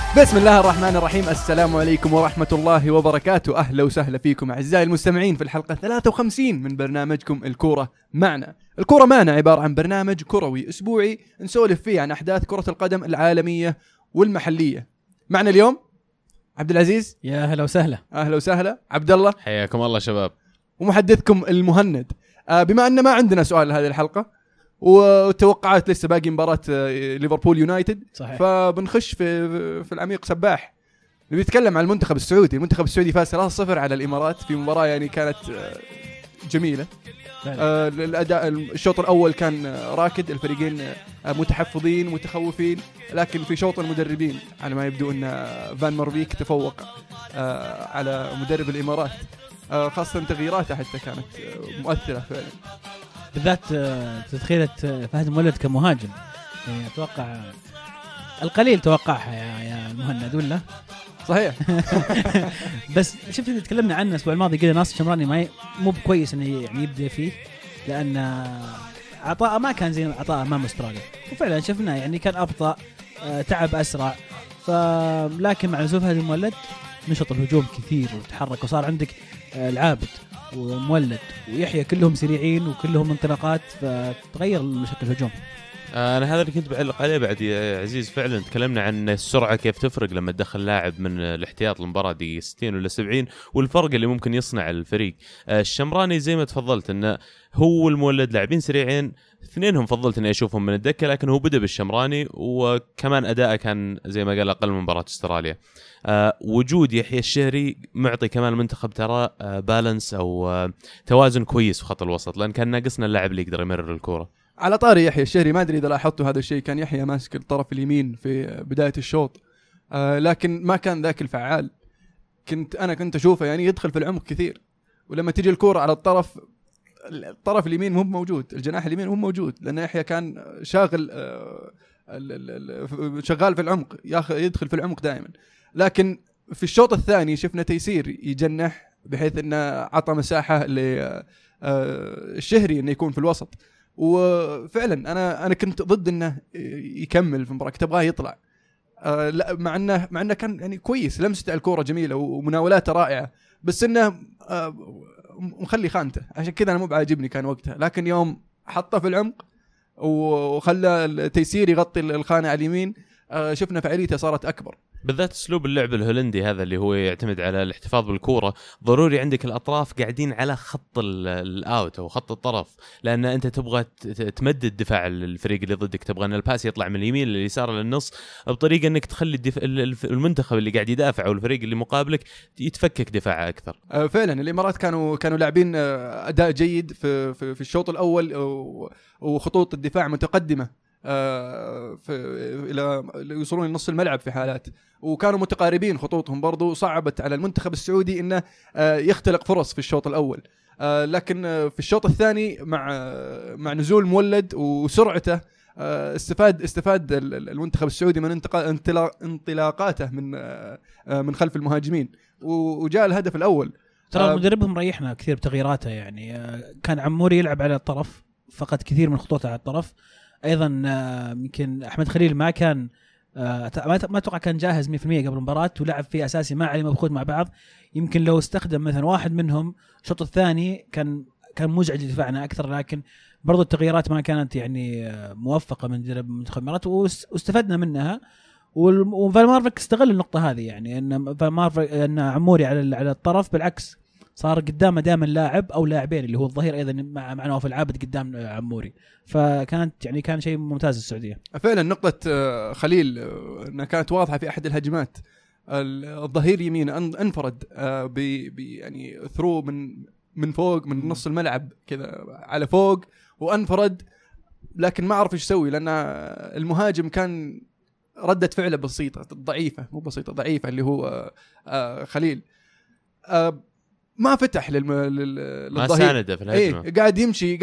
بسم الله الرحمن الرحيم. السلام عليكم ورحمة الله وبركاته. أهلا وسهلا فيكم أعزائي المستمعين في الحلقة 53 من برنامجكم الكورة معنا. الكورة معنا عبارة عن برنامج كروي أسبوعي نسولف فيه عن أحداث كرة القدم العالمية والمحلية. معنا اليوم عبد العزيز. يا أهلا وسهلا. أهلا وسهلا عبد الله. حياكم الله شباب. ومحدثكم المهند. بما أن ما عندنا سؤال لهذه الحلقة وتوقعات لسه باقي مباراة ليفربول يونايتد، صحيح. فبنخش في العميق سباح. بيتكلم عن المنتخب السعودي. المنتخب السعودي فاز 3-0 على الإمارات في مباراة يعني كانت جميلة. الأداء الشوط الأول كان راكد، الفريقين متحفظين متخوفين، لكن في شوط المدربين على ما يبدو أن فان مارفيك تفوق على مدرب الإمارات، خاصة تغييراته حتى كانت مؤثرة فعلا، بالذات تدخيلة فهد مولد كمهاجم. يعني أتوقع القليل توقعها يا المهند ولا صحيح. بس شفت اللي تكلمنا عنه الأسبوع الماضي، قلنا ناصر الشمراني مو بكويس إنه يعني يبدأ فيه، لأن عطاء ما كان زي عطاء أمام أستراليا، وفعلا شفنا يعني كان أبطأ، تعب أسرع. لكن مع نزول فهد المولد نشط الهجوم كثير وتحرك، وصار عندك العابد ومولد ويحيى كلهم سريعين وكلهم انطلاقات، فتغير مشكل الهجوم. أنا هذا اللي كنت بعلق عليه بعد يا عزيز. فعلا تكلمنا عن السرعة كيف تفرق لما تدخل لاعب من الاحتياط للمباراة دي 60 ولا 70، والفرق اللي ممكن يصنع الفريق. الشمراني زي ما تفضلت أنه هو المولد لاعبين سريعين، اثنينهم فضلت أني أشوفهم من الدكة، لكن هو بدأ بالشمراني، وكمان أداءه كان زي ما قال أقل من مباراة استراليا. وجود يحيى الشهري معطي كمان المنتخب ترى بالانس أو توازن كويس في خط الوسط، لأن كان ناقصنا اللاعب اللي يقدر يمرر الكرة. على طاري يحيى الشهري، ما أدري إذا لاحظتوا هذا الشيء، كان يحيى ماسك الطرف اليمين في بداية الشوط، لكن ما كان ذاك الفعال. كنت أشوفه يعني يدخل في العمق كثير، ولما تيجي الكرة على الطرف اليمين مو موجود، الجناح اليمين مو موجود، لأن يحيى كان شاغل شغال في العمق، يدخل في العمق دائما. لكن في الشوط الثاني شفنا تيسير يجنح، بحيث أنه عطى مساحة للشهري أنه يكون في الوسط. وفعلا أنا كنت ضد أنه يكمل في المباراة، كنت أبغاه يطلع، لا مع أنه كان يعني كويس، لمسته الكرة جميلة ومناولاته رائعة، بس أنه مخلي خانته، عشان كذا أنا مو بعاجبني كان وقتها. لكن يوم حطه في العمق وخلى التيسير يغطي الخانة على اليمين، شفنا فعاليته صارت أكبر. بالذات اسلوب اللعب الهولندي هذا اللي هو يعتمد على الاحتفاظ بالكوره، ضروري عندك الاطراف قاعدين على خط الاوت او خط الطرف، لان انت تبغى تمدد دفاع الفريق اللي ضدك، تبغى ان الباس يطلع من اليمين لليسار للنص، بطريقه انك تخلي المنتخب اللي قاعد يدافع او الفريق اللي مقابلك يتفكك دفاعه اكثر. فعلا الامارات كانوا لاعبين اداء جيد في الشوط الاول، وخطوط الدفاع متقدمه إلى يوصلون لنص الملعب في حالات، وكانوا متقاربين خطوطهم برضو، صعبت على المنتخب السعودي إنه يختلق فرص في الشوط الأول. لكن في الشوط الثاني مع نزول مولد وسرعته، استفاد المنتخب السعودي من انطلاقاته من خلف المهاجمين، وجاء الهدف الأول. ترى مدربهم ريحنا كثير بتغييراته، يعني كان عموري يلعب على الطرف، فقد كثير من خطوطه على الطرف. ايضا يمكن احمد خليل ما كان ما اتوقع كان جاهز 100% قبل المباراه، ولعب فيه اساسي مع علي مبخوت مع بعض. يمكن لو استخدم مثلا واحد منهم الشوط الثاني كان مزعج لدفاعنا اكثر، لكن برضو التغييرات ما كانت يعني موفقه من مدرب منتخب الامارات، واستفدنا منها. وفان مارفيك استغل النقطه هذه، يعني ان عموري على الطرف، بالعكس صار قدامه دائما لاعب او لاعبين اللي هو الظهير ايضا مع نواف العابد قدام عموري، فكانت يعني كان شيء ممتاز السعوديه. فعلا نقطه خليل انها كانت واضحه في احد الهجمات، الظهير يمين انفرد يعني ثرو من فوق، من نص الملعب كذا على فوق، وانفرد، لكن ما عرف ايش يسوي، لان المهاجم كان ردة فعله بسيطه ضعيفه، مو بسيطه ضعيفه، اللي هو خليل ما فتح للظهير، ما سانده في الهجمه. قاعد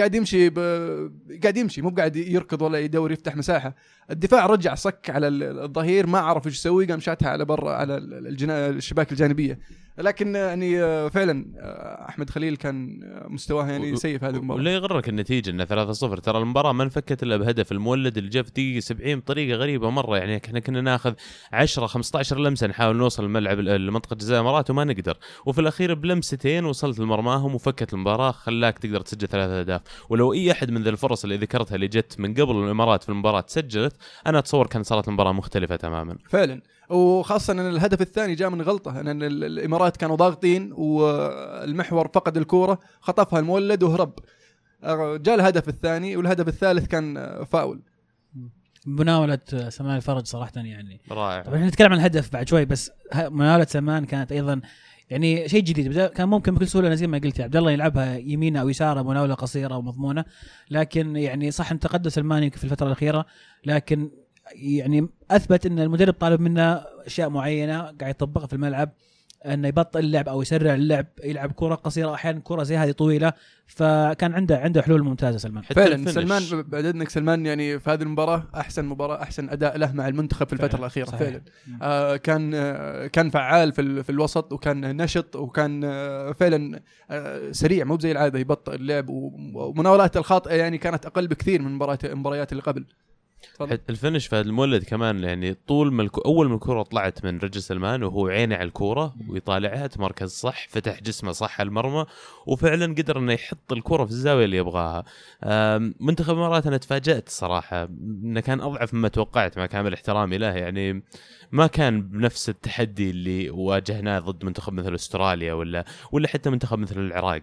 يمشي مو قاعد يركض ولا يدور يفتح مساحه. الدفاع رجع صك على الظهير، ما عرف ايش يسوي، قام شاتها على برا على الشباك الجانبيه. لكن يعني فعلا احمد خليل كان مستواه يعني سيء في هذه المباراه. ولا يغرك النتيجه ان 3-0 ترى المباراه ما انفكت الا بهدف المولد اللي جاء في دقيقه 70 بطريقه غريبه مره. يعني احنا كنا ناخذ 10-15 لمسه نحاول نوصل الملعب لمنطقه جزاء الامارات وما نقدر، وفي الاخير بلمستين وصلت لمرماهم وفكت المباراه خلاك تقدر تسجل 3 أهداف. ولو اي احد من ذي الفرص اللي ذكرتها اللي جت من قبل الامارات في المباراه سجلت، انا اتصور كان صارت المباراه مختلفه تماما فعلا. وخاصه ان الهدف الثاني جاء من غلطه، ان الامارات كانوا ضاغطين والمحور فقد الكوره خطفها المولد وهرب، جاء الهدف الثاني والهدف الثالث كان فاول. مناولة سمان الفرج صراحة يعني رائع. طبعا احنا نتكلم عن الهدف بعد شوي، بس مناولة سمان كانت ايضا يعني شيء جديد. كان ممكن بكل سهولة زي ما قلت يا عبد الله يلعبها يمين او يسار، مناولة قصيرة ومضمونة، لكن يعني صح ان تقدم سلمان في الفترة الأخيرة، لكن يعني اثبت ان المدرب طالب منه اشياء معينة قاعد يطبقها في الملعب، انه يبطل اللعب او يسرع اللعب، يلعب كرة قصيرة، احيانا كرة زي هذه طويلة، فكان عنده حلول ممتازة سلمان. فعلا سلمان بعد اذنك سلمان يعني في هذه المباراة احسن اداء له مع المنتخب في الفترة الأخيرة. صحيح. فعلا كان فعال في الوسط، وكان نشط، وكان فعلا سريع مو زي العادة يبطئ اللعب، ومناولاته الخاطئة يعني كانت اقل بكثير من المباريات اللي قبل. الفينش في المولد كمان يعني طول ما اول ما الكره طلعت من رجل سلمان وهو عينه على الكوره ويطالعها تمركز صح، فتح جسمه صح على المرمى، وفعلا قدر انه يحط الكره في الزاويه اللي يبغاها. منتخب الامارات انا تفاجأت صراحه انه كان اضعف مما توقعت، مع كامل احترامي له. يعني ما كان بنفس التحدي اللي واجهناه ضد منتخب مثل استراليا ولا حتى منتخب مثل العراق.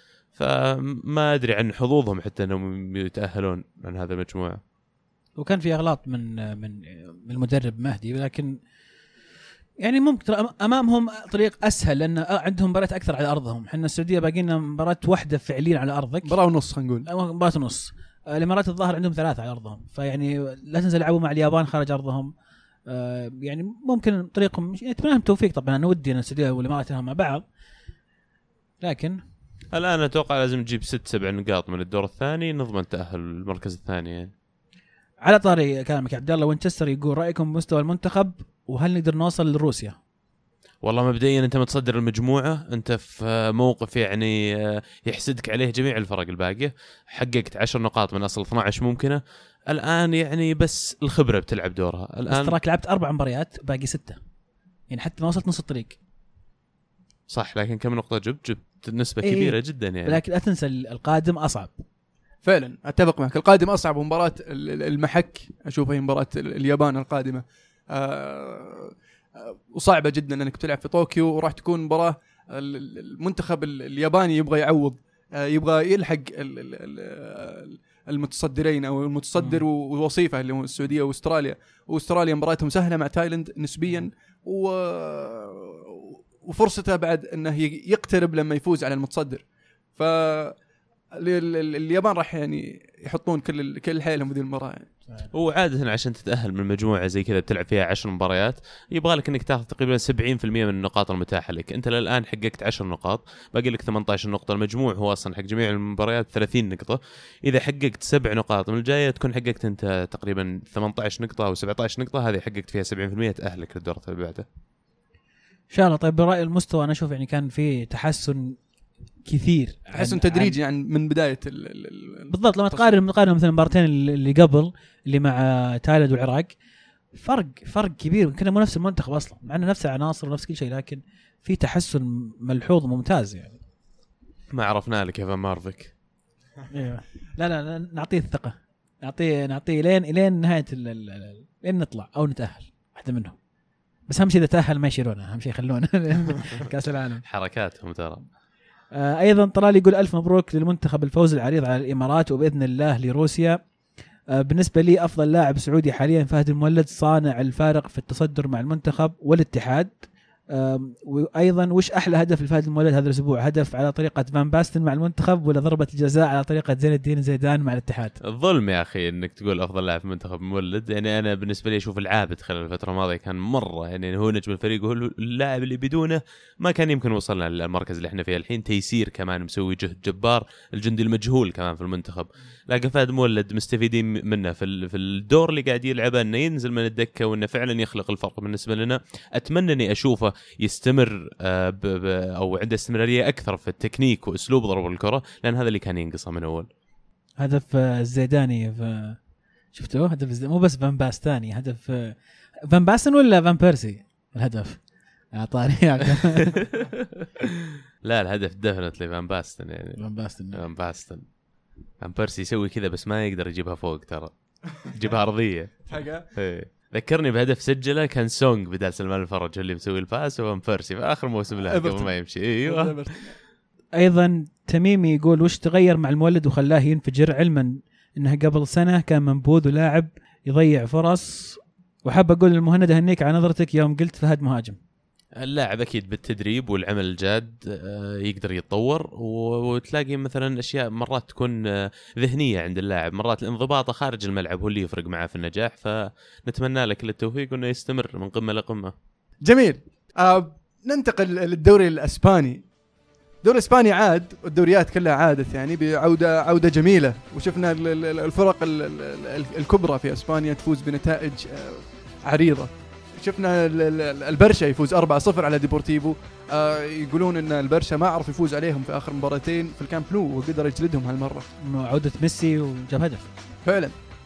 فما ادري عن حظوظهم حتى انهم يتاهلون من هذا المجموعه. وكان في اغلاط من المدرب مهدي، لكن يعني ممكن امامهم طريق اسهل لان عندهم مباريات اكثر على ارضهم. احنا السعوديه باقي لنا مباراه واحده فعليا على ارضك، مباراه ونص خلينا نقول، مباراه ونص. الامارات الظاهر عندهم 3 على ارضهم، فيعني لا تنسى لعبوا مع اليابان خارج ارضهم. يعني ممكن طريقهم نتمنى لهم التوفيق. طبعا انا ودي ان السعوديه والامارات مع بعض، لكن الان اتوقع لازم نجيب 6-7 نقاط من الدور الثاني نضمن تاهل المركز الثاني. يعني على طاري كلامك يا عبد الله، وينشستر يقول رايكم بمستوى المنتخب وهل نقدر نوصل لروسيا؟ والله مبدئيا انت متصدر المجموعه، انت في موقف يعني يحسدك عليه جميع الفرق الباقيه، حققت 10 نقاط من اصل 12 ممكنه. الان يعني بس الخبره بتلعب دورها. الان بس تراك لعبت 4 مباريات باقي 6، يعني حتى ما وصلت نص الطريق. صح، لكن كم نقطه جبت نسبه كبيره جدا يعني. لكن لا تنسى القادم اصعب. فعلا اتفق معك، القادم اصعب. مباراه المحك اشوفها هي مباراه اليابان القادمه وصعبه جدا انك تلعب في طوكيو، وراح تكون مباراه المنتخب الياباني يبغى يعوض، يبغى يلحق المتصدرين او المتصدر ووصيفه اللي هو السعوديه واستراليا. واستراليا مباراتهم سهله مع تايلاند نسبيا، وفرصته بعد انه يقترب لما يفوز على المتصدر. ف اليابان راح يعني يحطون كل حيلهم في ذي المباراه يعني. وعاده عشان تتاهل من مجموعه زي كذا بتلعب فيها 10 مباريات يبغى لك انك تاخذ تقريبا 70% من النقاط المتاحه لك. انت الان حققت 10 نقاط، باقي لك 18 نقطه. المجموع هو اصلا حق جميع المباريات 30 نقطه. اذا حققت 7 نقاط من الجايه تكون حققت انت تقريبا 18 نقطه او 17 نقطه، هذه حققت فيها 70% تاهلك للدور اللي بعده ان شاء الله. طيب براي المستوى انا اشوف يعني كان في تحسن كثير، تحسن تدريجي يعني من بدايه بالضبط. لما تقارن مثلا المباراتين اللي قبل اللي مع تايلاند والعراق، فرق كبير. كنا مو نفس المنتخب اصلا، مع انه نفس العناصر ونفس كل شيء، لكن في تحسن ملحوظ ممتاز. يعني ما عرفنا لك يا فان مارفيك. لا نعطيه الثقه، نعطيه لين نهايه لين نطلع او نتاهل واحده منهم. بس اهم شيء اذا تاهل ما يشيلونه، اهم شيء يخلونه كاس العالم. حركاتهم ترى. ايضا طلال يقول الف مبروك للمنتخب الفوز العريض على الامارات، وباذن الله لروسيا. بالنسبه لي افضل لاعب سعودي حاليا فهد المولد، صانع الفارق في التصدر مع المنتخب والاتحاد. وايضا وش احلى هدف لفهد المولد هذا الاسبوع؟ هدف على طريقه فان باستن مع المنتخب ولا ضربه الجزاء على طريقه زين الدين زيدان مع الاتحاد؟ الظلم يا اخي انك تقول افضل لاعب في المنتخب مولد. يعني انا بالنسبه لي اشوف العابد خلال الفتره الماضيه كان مره يعني هو نجم الفريق وهو اللاعب اللي بدونه ما كان يمكن وصلنا للمركز اللي احنا فيه الحين. تيسير كمان مسوي جهد جبار، الجندي المجهول كمان في المنتخب. لكن فهد مولد مستفيدين منه في الدور اللي قاعد يلعبه، انه ينزل من الدكه وانه فعلا يخلق الفرق بالنسبه لنا. اتمنى اني اشوفه يستمر او عنده استمراريه اكثر في التكنيك واسلوب ضرب الكره، لان هذا اللي كان ينقصه من اول. هدف الزيداني شفتوه؟ هدف مو بس فان باستاني، هدف فان باستن ولا فان بيرسي الهدف طاري لا الهدف ديفنتلي فان باستن، يعني فان باستن. فان بيرسي يسوي كذا بس ما يقدر يجيبها فوق، ترى يجيبها ارضيه حاجه. ذكرني بهدف سجله كان سونغ بدال سلمان الفرج اللي مسوي الباس، وفان بيرسي في اخر موسم له قبل ما يمشي. ايوه. ايضا تميمي يقول وش تغير مع المولد وخلاه ينفجر، علما انه قبل سنه كان منبوذ ولاعب يضيع فرص. وحاب اقول للمهند هنيك على نظرتك يوم قلت فهد مهاجم. اللاعب اكيد بالتدريب والعمل الجاد يقدر يتطور، وتلاقي مثلا اشياء مرات تكون ذهنيه عند اللاعب، مرات الانضباط خارج الملعب هو اللي يفرق معه في النجاح. فنتمنى له كل التوفيق وانه يستمر من قمه لقمه. جميل. ننتقل للدوري الاسباني. الدوري الاسباني عاد، والدوريات كلها عادت يعني بعوده جميله، وشفنا الفرق الكبرى في اسبانيا تفوز بنتائج عريضه. شفنا البرشا يفوز 4-0 على ديبورتيفو. يقولون ان البرشا ما عرف يفوز عليهم في اخر مباراتين في الكامب نو، وقدر يجلدهم هالمره. عوده ميسي وجاب هدف فعلا.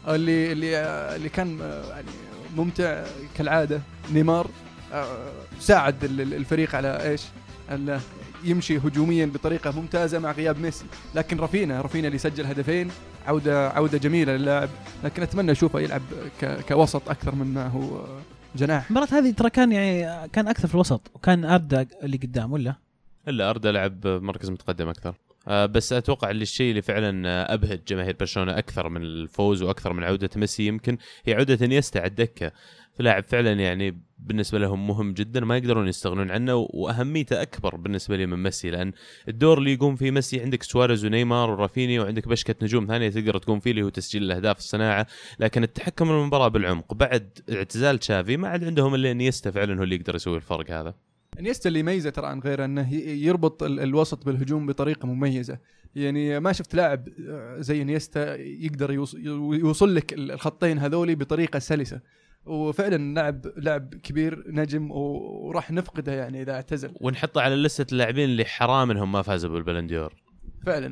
اللي كان يعني ممتع كالعاده نيمار ساعد الفريق على ايش؟ انه يمشي هجوميا بطريقه ممتازه مع غياب ميسي. لكن رافينا اللي سجل هدفين، عوده جميله للاعب، لكن اتمنى اشوفه يلعب كوسط اكثر مما هو جناح. المباراة هذه ترى كان اكثر في الوسط، وكان أردا اللي قدام ولا أردا لعب مركز متقدم اكثر. بس اتوقع الشيء اللي فعلا ابهج جماهير برشلونه اكثر من الفوز واكثر من عوده ميسي يمكن هي عوده انيستا على الدكه. فلاعب فعلا يعني بالنسبه لهم مهم جدا، ما يقدرون يستغنون عنه، واهميته اكبر بالنسبه لي من ميسي، لان الدور اللي يقوم فيه ميسي عندك سواريز ونيمار ورافيني، وعندك بشكه نجوم ثانيه تقدر تقوم فيه اللي هو تسجيل الاهداف، الصناعه. لكن التحكم بالمباراه بالعمق بعد اعتزال تشافي ما عاد عندهم الا انيستا فعلا هو اللي يقدر يسوي الفرق هذا. انيستا اللي يميزه ترى عن غيره انه يربط الوسط بالهجوم بطريقه مميزه. يعني ما شفت لاعب زي انيستا يقدر يوصل لك الخطين هذولي بطريقه سلسه، وفعلا لاعب كبير نجم وراح نفقده يعني اذا اعتزل، ونحطه على لسته اللاعبين اللي حرام انهم ما فازوا بالبلنديور. فعلا.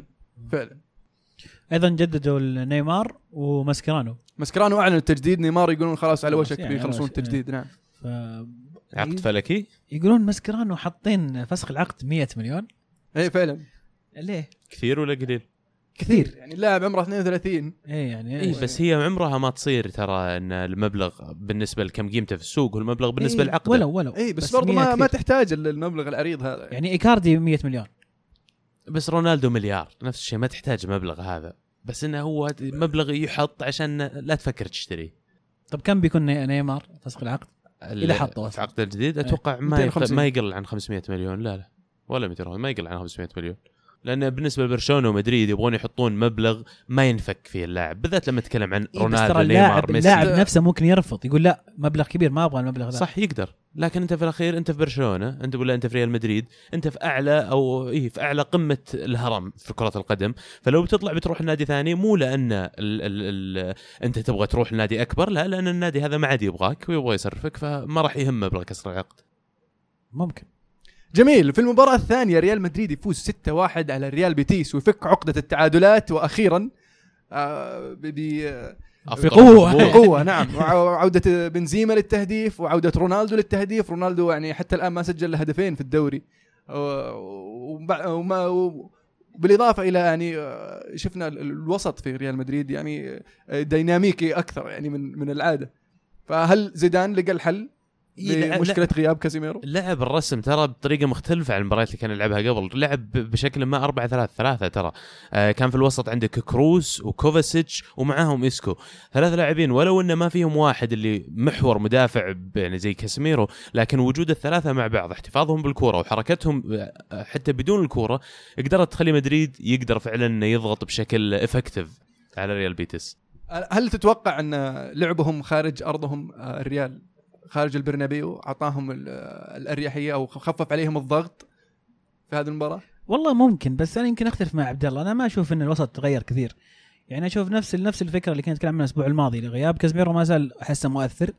ايضا جددوا نيمار وماسكرانو اعلنوا التجديد. نيمار يقولون خلاص على وشك يعني بيخلصون التجديد. نعم. عقد فلكي يقولون ماسكرانو حاطين فسخ العقد 100 مليون. اي فعلا. ليه كثير ولا قليل؟ كثير يعني اللاعب عمره 32. اي يعني اي بس هي عمرها ما تصير ترى ان المبلغ بالنسبه لكم قيمته في السوق والمبلغ بالنسبه للعقد ولو اي بس برضه ما تحتاج المبلغ العريض هذا. يعني ايكاردي 100 مليون، بس رونالدو مليار، نفس الشيء ما تحتاج مبلغ هذا، بس انه هو مبلغ يحط عشان لا تفكر تشتري. طب كم بيكون نيمار فسخ العقد إذا حطوا في عقد الجديد؟ أتوقع ما يقل عن 500 مليون. لا ولا 200، ما يقل عن 500 مليون، لأن بالنسبة لبرشلونة ومدريد يبغون يحطون مبلغ ما ينفك فيه اللاعب، بالذات لما نتكلم عن رونالدو نيمار ميسي. اللاعب نفسه ممكن يرفض يقول لا مبلغ كبير ما أبغى المبلغ ذا. صح يقدر، لكن أنت في الأخير أنت في برشلونة، أنت ولا أنت في ريال مدريد، أنت في أعلى أو في أعلى قمة الهرم في كرة القدم. فلو بتطلع بتروح النادي ثاني مو لأن أنت تبغى تروح النادي أكبر، لا، لأن النادي هذا ما عاد يبغاك ويبغى يصرفك، فما راح يهم مبلغ كسر العقد. ممكن. جميل. في المباراة الثانية ريال مدريد يفوز 6-1 على الريال بيتيس ويفك عقدة التعادلات، وأخيرا بقوة. نعم. وعودة بنزيما للتهديف وعودة رونالدو للتهديف. رونالدو يعني حتى الآن ما سجل هدفين في الدوري، بالإضافة إلى يعني شفنا الوسط في ريال مدريد يعني ديناميكي أكثر يعني من العادة. فهل زيدان لقى الحل مشكلة غياب كازيميرو؟ لعب الرسم ترى بطريقة مختلفة عن المباريات اللي كان يلعبها قبل. لعب بشكل ما 4-3-3 ترى. كان في الوسط عندك كروس وكوفاسيتش ومعاهم إسكو، 3 لاعبين، ولو إنه ما فيهم واحد اللي محور مدافع يعني زي كازيميرو، لكن وجود الثلاثة مع بعض، احتفاظهم بالكرة وحركتهم حتى بدون الكرة، قدرت تخلي مدريد يقدر فعلا يضغط بشكل افكتيف على ريال بيتيس. هل تتوقع أن لعبهم خارج أرضهم الريال خارج البرنابيو أعطاهم الأريحية أو خفف عليهم الضغط في هذه المباراة؟ والله ممكن، بس أنا يمكن أختلف مع عبد الله. أنا ما أشوف أن الوسط تغير كثير، يعني أشوف نفس الفكرة اللي كنت أتكلم عنها الأسبوع الماضي لغياب كازيميرو ما زال أحسه مؤثر.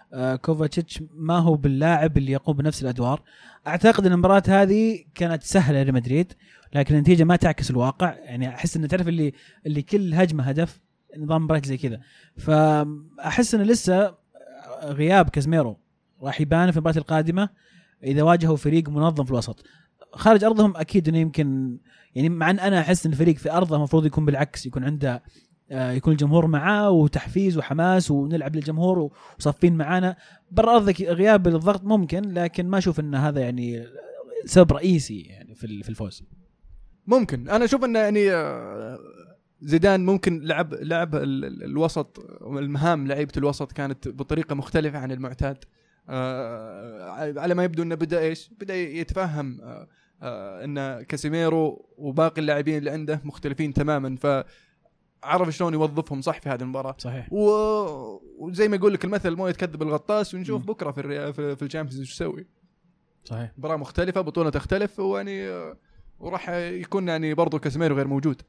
كوفاتشيتش ما هو باللاعب اللي يقوم بنفس الادوار. اعتقد ان المباراه هذه كانت سهله لمدريد، لكن النتيجه ما تعكس الواقع. يعني احس ان تعرف اللي كل هجمه هدف، نظام مباراه زي كذا. فاحس ان لسه غياب كازميرو راح يبان في المباراه القادمه اذا واجهوا فريق منظم في الوسط. خارج ارضهم اكيد انه يمكن، يعني مع ان انا احس ان الفريق في ارضه المفروض يكون بالعكس، يكون عنده يكون الجمهور معاه وتحفيز وحماس ونلعب للجمهور وصفين معانا. برا ارضك غياب الضغط ممكن، لكن ما اشوف ان هذا يعني سبب رئيسي يعني في الفوز. ممكن انا اشوف انه يعني زيدان ممكن لعب الوسط، المهام لعيبه الوسط كانت بطريقه مختلفه عن المعتاد. على ما يبدو انه بدا يتفهم ان كاسيميرو وباقي اللاعبين اللي عنده مختلفين تماما، فعرف شلون يوظفهم صح في هذه المباراه. صحيح. وزي ما يقول لك المثل مو يتكذب الغطاس، ونشوف بكره في الشامبيونز ايش يسوي. صحيح، مباراه مختلفه، بطوله تختلف، ويعني وراح يكون يعني برضو كاسيميرو غير موجود.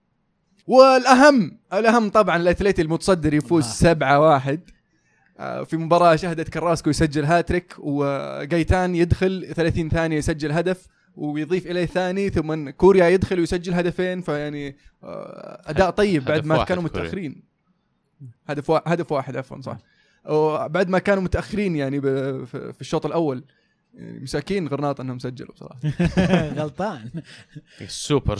والأهم طبعا الأتليتي المتصدر يفوز 7-1 في مباراة شهدت كراسكو يسجل هاتريك، وجايتان يدخل 30 ثانية يسجل هدف ويضيف إليه ثاني، ثم كوريا يدخل ويسجل هدفين. فيعني أداء طيب بعد ما كانوا متأخرين. هدف واحد عفوا صح. وبعد ما كانوا متأخرين يعني في الشوط الأول، يعني مساكين غرناطة انهم سجلوا بصراحه. غلطان. سوبر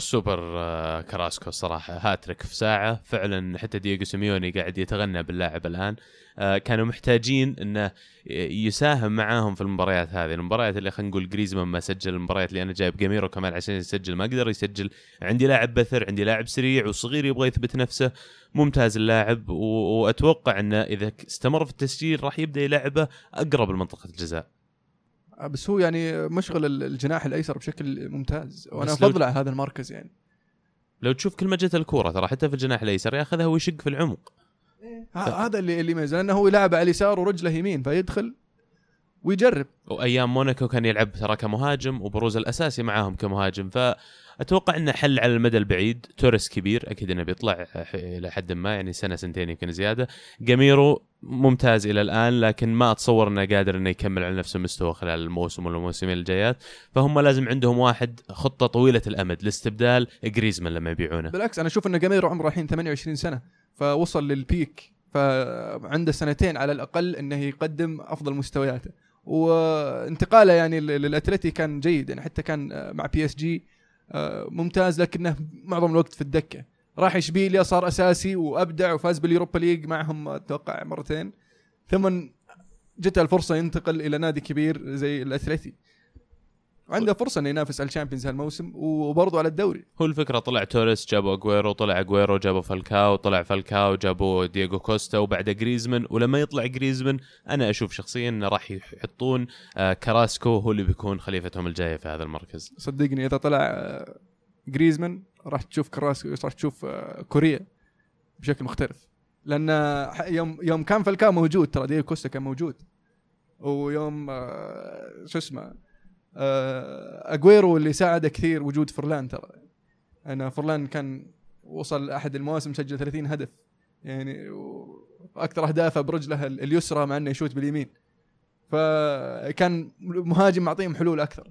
كراسكو صراحه، هاتريك في ساعه فعلا. حتى دييغو سيميوني قاعد يتغنى باللاعب الان. كانوا محتاجين انه يساهم معاهم في المباريات هذه، المباريات اللي خلينا نقول جريزمان ما سجل، المباريات اللي انا جايب جاميرو كمان عشان يسجل ما قدر يسجل. عندي لاعب بثر، عندي لاعب سريع وصغير يبغى يثبت نفسه، ممتاز اللاعب. واتوقع انه اذا استمر في التسجيل راح يبدا يلعبه اقرب لمنطقه الجزاء. بس هو يعني مشغل الجناح الايسر بشكل ممتاز، وانا افضل على هذا المركز. يعني لو تشوف كل ما جت الكوره ترى حتى في الجناح الايسر ياخذها ويشق في العمق. هذا اللي يميز، لانه هو يلعب على اليسار ورجله يمين فيدخل ويجرب. وايام موناكو كان يلعب ترى كمهاجم، وبروز الاساسي معاهم كمهاجم. فاتوقع انه حل على المدى البعيد. توريس كبير اكيد انه بيطلع الى حد ما، يعني سنه سنتين يمكن زياده. جاميرو ممتاز الى الان، لكن ما اتصور انه قادر انه يكمل على نفس المستوى خلال الموسم ولا الموسمين الجايات. فهم لازم عندهم واحد خطه طويله الامد لاستبدال جريزمان لما يبيعونه. بالعكس انا اشوف ان جاميرو عمره الحين 28 سنه، فوصل للبيك، فعنده سنتين على الاقل انه يقدم افضل مستوياته. وانتقاله يعني للاتلتي كان جيد، يعني حتى كان مع بي اس جي ممتاز، لكنه معظم الوقت في الدكه. راح اشبيليا صار اساسي وابدع وفاز باليوروبا ليج معهم اتوقع مرتين، ثم جته الفرصه ينتقل الى نادي كبير زي الاتلتي، عنده فرصه انه ينافس على الشامبيونز هالموسم وبرضه على الدوري. هو الفكره طلع توريس جابوا اغويرو، طلع اغويرو جابوا فالكاو، طلع فالكاو جابوا دييغو كوستا، وبعد جريزمان. ولما يطلع جريزمان انا اشوف شخصيا انه راح يحطون كراسكو هو اللي بيكون خليفتهم الجايه في هذا المركز. صدقني اذا طلع جريزمان راح تشوف كراسكو، راح تشوف كوريا بشكل مختلف. لان يوم كان فالكاو موجود ترى دييغو كوستا كان موجود، ويوم شو اسمه أغويرو اللي ساعده كثير وجود فرلان. ترى أنا فرلان كان وصل أحد المواسم سجل 30 هدف يعني، وأكثر أهدافه برجله اليسرى مع أنه يشوت باليمين، فكان مهاجم معطيهم حلول أكثر.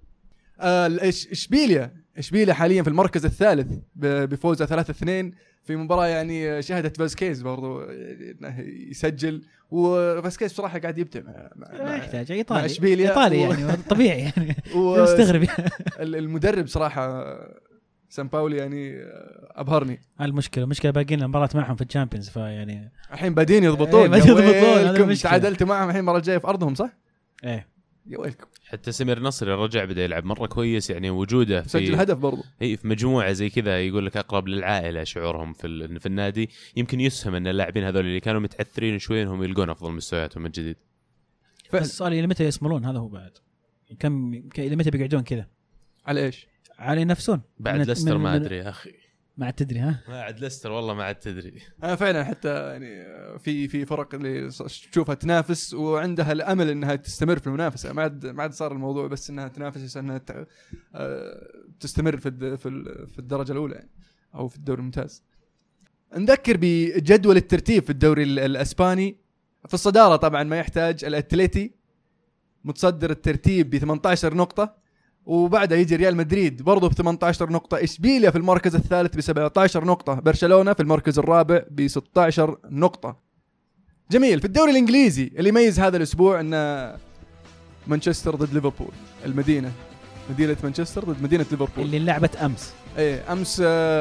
إشبيليا حاليا في المركز الثالث بفوزه 3-2 في مباراة يعني شهدت فاسكيز برضو انه يسجل، وفاسكيز بصراحة قاعد يبدع ما يحتاج ايطالي اشبيليا ايطالي يعني طبيعي يعني مستغرب. المدرب صراحة سامباولي يعني ابهرني. المشكلة باقيين المباراة معهم في الشامبيونز، فيعني الحين بادين يضبطون. يضبطون. تعادلتوا معهم الحين المرة الجاية في ارضهم صح؟ ايه يا ويلكم. حتى سمير نصري رجع بدا يلعب مره كويس، يعني وجوده سجل هدف برضو. هي في مجموعه زي كذا يقول لك اقرب للعائله شعورهم في النادي، يمكن يسهم ان اللاعبين هذول اللي كانوا متعثرين شوي انهم يلقون افضل مستوياتهم من جديد. السؤال الى متى يسمرون؟ هذا هو بعد كم الى متى بيقعدون كذا؟ على ايش؟ على ينافسون بعد ليستر ما ادري يا اخي، ما عاد تدري. ها ما عاد ليستر والله ما عاد تدري. فعلا حتى يعني في فرق اللي تشوفها تنافس وعندها الامل انها تستمر في المنافسه، ما عاد صار الموضوع بس انها تنافس، انها تستمر في الدرجه الاولى يعني او في الدوري الممتاز. نذكر بجدول الترتيب في الدوري الاسباني. في الصداره طبعا ما يحتاج، الاتليتي متصدر الترتيب ب 18 نقطه، وبعدها يجي ريال مدريد برضه ب 18 نقطه، اشبيليا في المركز الثالث ب 17 نقطه، برشلونه في المركز الرابع ب 16 نقطه. جميل. في الدوري الانجليزي اللي يميز هذا الاسبوع ان مانشستر ضد ليفربول، مدينه مانشستر ضد مدينه ليفربول اللي لعبت امس. ايه امس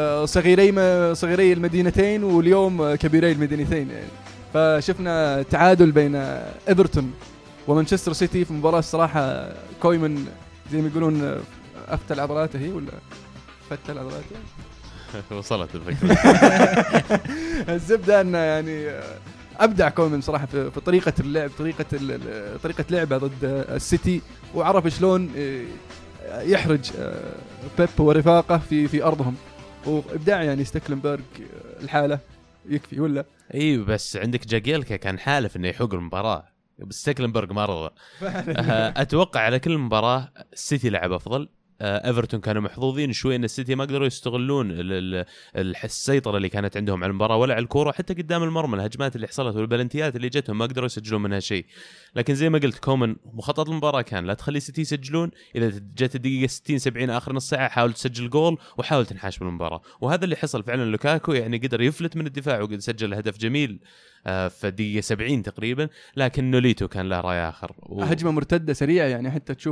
صغيري المدينتين، واليوم كبيري المدينتين يعني. فشفنا تعادل بين ايفرتون ومانشستر سيتي في مباراه الصراحه كويمن زي ما يقولون افتى العضلات، هي ولا فتى العضلات وصلت الفكره. الزبده انه يعني ابدع كويمن صراحه في طريقه اللعب، طريقه لعبه ضد السيتي، وعرف شلون يحرج بيب ورفاقه في ارضهم، وابداع يعني. ستيكلنبرغ الحاله يكفي ولا اي بس عندك جاجيلكا كان حالف انه يحوق المباراه، بس ستيكلنبرغ ما رضى. اتوقع على كل مباراه السيتي لعب افضل. ايفرتون كانوا محظوظين شوي ان السيتي ما قدروا يستغلون السيطره اللي كانت عندهم على المباراه ولا على الكوره، حتى قدام المرمى الهجمات اللي حصلت والبلنتيات اللي جتهم ما قدروا يسجلون منها شيء. لكن زي ما قلت كومن مخطط المباراه كان لا تخلي السيتي يسجلون، اذا جت الدقيقه 60 70 اخر نص ساعه حاول تسجل جول وحاول تنحاش بالمباراه، وهذا اللي حصل فعلا. لوكاكو يعني قدر يفلت من الدفاع وقد سجل هدف جميل في دقيقة 70 تقريبا، لكن نوليتو كان له رأي آخر هجمة مرتدة سريعة يعني، حتى تشوف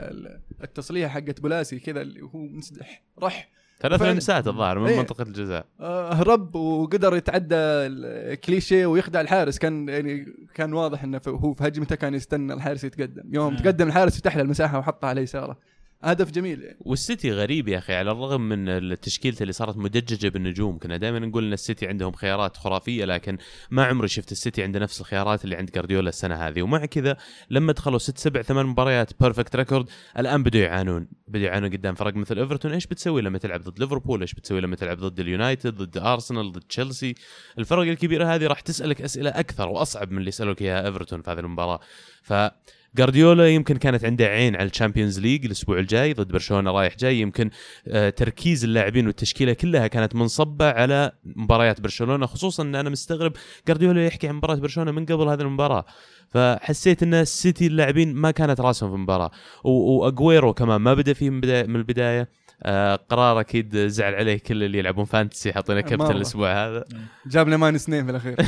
التصليح حقت بولاسي كذا اللي هو منسدح رح 3 لمسات الظاهر من منطقة الجزاء، هرب وقدر يتعدى الكليشيه ويخدع الحارس. كان واضح انه هو في هجمته كان يستنى الحارس يتقدم، يوم تقدم الحارس فتح له المساحة وحطها على يساره. هدف جميل يعني. والسيتي غريب يا أخي، على الرغم من التشكيلة اللي صارت مدججة بالنجوم، كنا دائما نقول أن السيتي عندهم خيارات خرافية، لكن ما عمري شفت السيتي عنده نفس الخيارات اللي عند جارديولا السنة هذه. ومع كذا لما دخلوا 6 7 8 مباريات بيرفكت ريكورد، الآن بدوا يعانون قدام فرق مثل إيفرتون. إيش بتسوي لما تلعب ضد ليفربول؟ إيش بتسوي لما تلعب ضد اليونايتد، ضد أرسنال، ضد تشيلسي؟ الفرق الكبيرة هذه راح تسألك أسئلة أكثر وأصعب من اللي سألوك إياها إيفرتون في هذه المباراة. جارديولا يمكن كانت عنده عين على الشامبيونز ليج الأسبوع الجاي ضد برشلونة رايح جاي، يمكن تركيز اللاعبين والتشكيلة كلها كانت منصبة على مباريات برشلونة، خصوصا أن أنا مستغرب جارديولا يحكي عن مباراة برشلونة من قبل هذه المباراة. فحسيت أن السيتي اللاعبين ما كانت راسهم في المباراة، وأغويرو كمان ما بدأ فيه من البداية. قرار أكيد زعل عليه كل اللي يلعبون فانتسي، حاطينه كابتن الأسبوع هذا، جاب لي مان سنين في الأخير.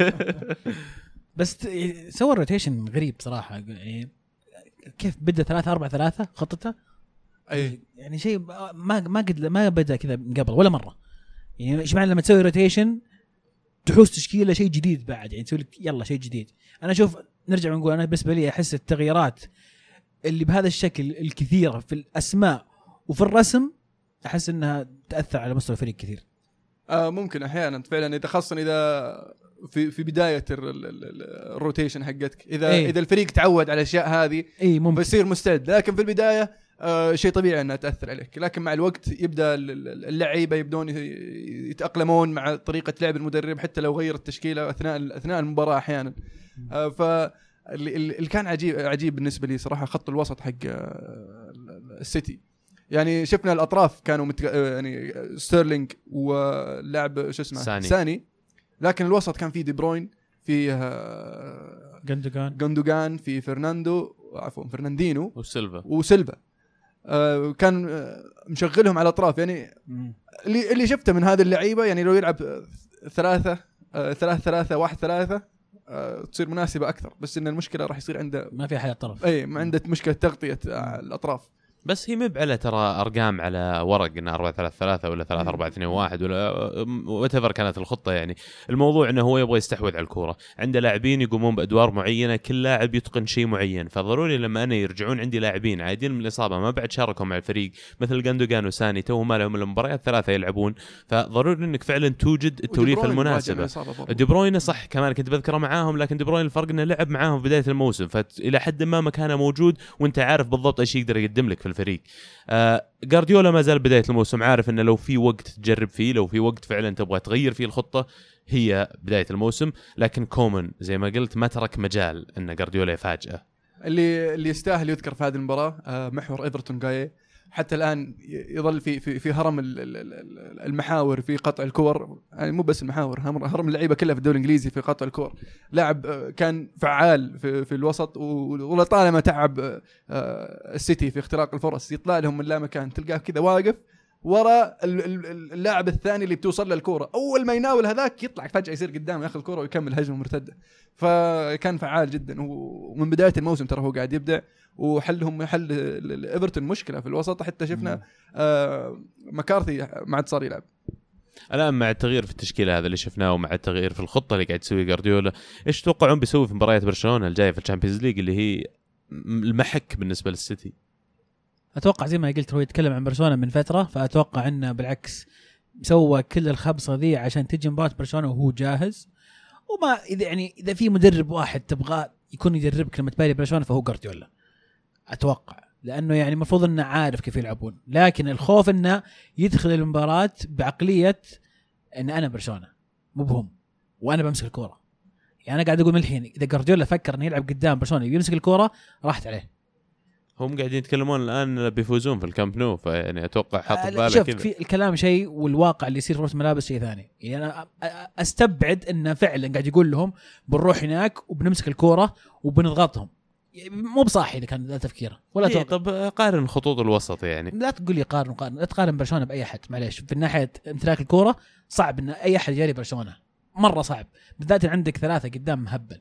بس سوى روتيشن غريب صراحة يعني. كيف بدأ 3-4-3 خطته؟ أي يعني شيء ما بدأ كذا من قبل ولا مرة. يعني إيش معنى لما تسوي روتيشن تحوس تشكيلة شيء جديد بعد، يعني تسوي لك يلا شيء جديد. أنا أشوف نرجع ونقول أنا بالنسبة لي أحس التغييرات اللي بهذا الشكل الكثيرة في الأسماء وفي الرسم أحس أنها تأثر على مستوى الفريق كثير. ممكن أحيانا فعلا، إذا خاصة إذا في بداية الروتيشن حقتك، إذا الفريق تعود على الأشياء هذه ممكن بيصير مستعد، لكن في البداية شيء طبيعي أنها تأثر عليك. لكن مع الوقت يبدأ اللعيبة يبدون يتأقلمون مع طريقة لعب المدرب، حتى لو غير التشكيلة أثناء المباراة أحيانا. فاللي كان عجيب بالنسبة لي صراحة خط الوسط حق السيتي. يعني شفنا الأطراف كانوا يعني ستيرلينج واللاعب شو اسمه ساني، لكن الوسط كان فيه دي بروين، فيه غوندوغان، في فرناندينو وسيلفا. كان مشغلهم على الأطراف يعني. اللي شفته من هذه اللعيبة يعني لو يلعب 3-3-1-3 تصير مناسبة أكثر، بس إن المشكلة راح يصير عنده ما في حد طرف. ما عنده مشكلة تغطية الأطراف. بس هي مب على ترى أرقام على ورق إنه 4-3-3 ولا 3-4-2-1 ولا وتفر كانت الخطة. يعني الموضوع إنه هو يبغى يستحوذ على الكورة، عنده لاعبين يقومون بأدوار معينة، كل لاعب يتقن شيء معين. فضروري لما أنا يرجعون عندي لاعبين عادين من الإصابة ما بعد شاركوا مع الفريق مثل غوندوغان وساني تو ما لهم المباريات 3 يلعبون، فضروري إنك فعلا توجد التوليفة المناسبة. دي بروين صح كمان كنت بذكره معاهم، لكن دي بروين الفرق إنه لعب معاهم في بداية الموسم، فإلى حد ما مكانه موجود وأنت عارف بالضبط إيش يقدر يقدم لك في الفريق. جارديولا ما زال بداية الموسم عارف إنه لو في وقت تجرب فيه، لو في وقت فعلا تبغى تغير فيه الخطة هي بداية الموسم. لكن كومن زي ما قلت ما ترك مجال إن جارديولا يفاجئه. اللي يستاهل يذكر في هذه المباراة محور إيفرتون جاي. حتى الان يظل في هرم المحاور في قطع الكور، يعني مو بس المحاور، هرم اللعيبه كلها في الدوري الانجليزي في قطع الكور. لاعب كان فعال في الوسط، ولطالما تعب السيتي في اختراق الفرص، يطلع لهم من لا مكان تلقاه كذا واقف ورا اللاعب الثاني اللي بتوصل له الكوره، اول ما يناول هذاك يطلع فجاه يصير قدام ياخذ الكوره ويكمل هجمه مرتده. فكان فعال جدا، ومن بدايه الموسم ترى هو قاعد يبدع، وحل ايفرتون مشكله في الوسط. حتى شفنا مكارثي ما عاد صار يلعب. الان مع التغيير في التشكيله هذا اللي شفناه، ومع التغيير في الخطه اللي قاعد تسوي جارديولا، ايش تتوقعون بيسوي في مباريات برشلونه الجايه في الشامبيونز ليج اللي هي المحك بالنسبه للسيتي؟ اتوقع زي ما قلت هو يتكلم عن برشلونه من فتره، فاتوقع انه بالعكس سوى كل الخبصه ذي عشان تجي مباراه برشلونه وهو جاهز. وما اذا في مدرب واحد تبغاه يكون يدربك لما تباري برشلونه فهو جارديولا اتوقع، لانه يعني المفروض انه عارف كيف يلعبون. لكن الخوف انه يدخل المباراه بعقليه ان انا برشلونه مو بهم وانا بمسك الكوره. يعني انا قاعد اقول من الحين اذا جارديولا فكر انه يلعب قدام برشلونه يمسك الكوره راحت عليه. هم قاعدين يتكلمون الان بيفوزون في الكامب نو، فيعني اتوقع حاط بالك كذا. في الكلام شيء والواقع اللي يصير في وسط الملابس شيء ثاني. يعني انا استبعد انه فعلا قاعد يقول لهم بنروح هناك وبنمسك الكوره وبنضغطهم. مو بصاحي اذا كان ذا تفكيره ولا إيه. طب قارن خطوط الوسط، يعني لا تقول لي قارن لا تقارن برشلونه باي احد. معليش، في ناحيه امتلاك الكوره صعب ان اي احد يجري برشلونه، مره صعب، بالذات عندك ثلاثه قدام مهبل.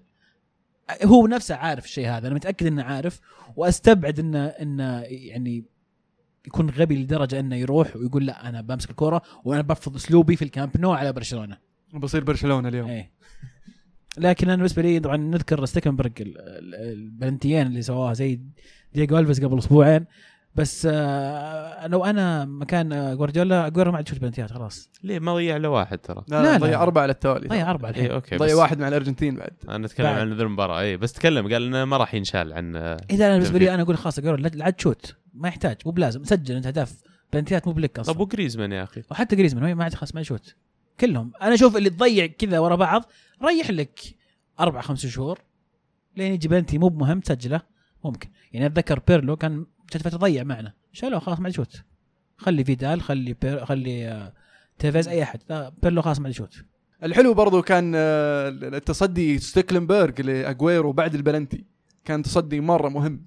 هو نفسه عارف الشيء هذا، انا متاكد انه عارف، واستبعد انه يعني يكون غبي لدرجه انه يروح ويقول لا انا بمسك الكوره وانا بفرض اسلوبي في الكامب نو على برشلونه وبصير برشلونه اليوم. ايه. لكن انا بالنسبه لي طبعا نذكر ستيكنبرغ البلنتيين اللي سواها زي دييغو ألفيس قبل اسبوعين، بس لو انا مكان جوارديولا ما عاد شفت بلنتيات خلاص. ليه ما ضيع له واحد ترى؟ لا ضيع 4 على التوالي. ضيع 4 الحين. إيه أوكي. ضيع 1 مع الارجنتين بعد. انا اتكلم عن ذي المباراه. اي بس تكلم قال انه ما راح ينشال عن اذا انا بالنسبه لي انا اقول خلاص جوارديولا لا عاد شوت، ما يحتاج، مو بلازم سجل انت هدف بلنتيات مو بلك اصلا. طب وجريزمان يا اخي، وحتى جريزمان ما عاد خلاص ما يشوت كلهم. انا اشوف اللي تضيع كذا ورا بعض ريح لك 4-5 شهور لين يجي بلنتي مو بمهم تسجله ممكن. يعني اتذكر بيرلو كان فتره تضيع معنا شالوه خلاص ما عاد يشوت. خلي فيدال خلي تيفيز اي احد، بيرلو خلاص ما عاد يشوت. الحلو برضو كان التصدي ستيكلنبرغ لاجويرو بعد البلنتي، كان تصدي مره مهم.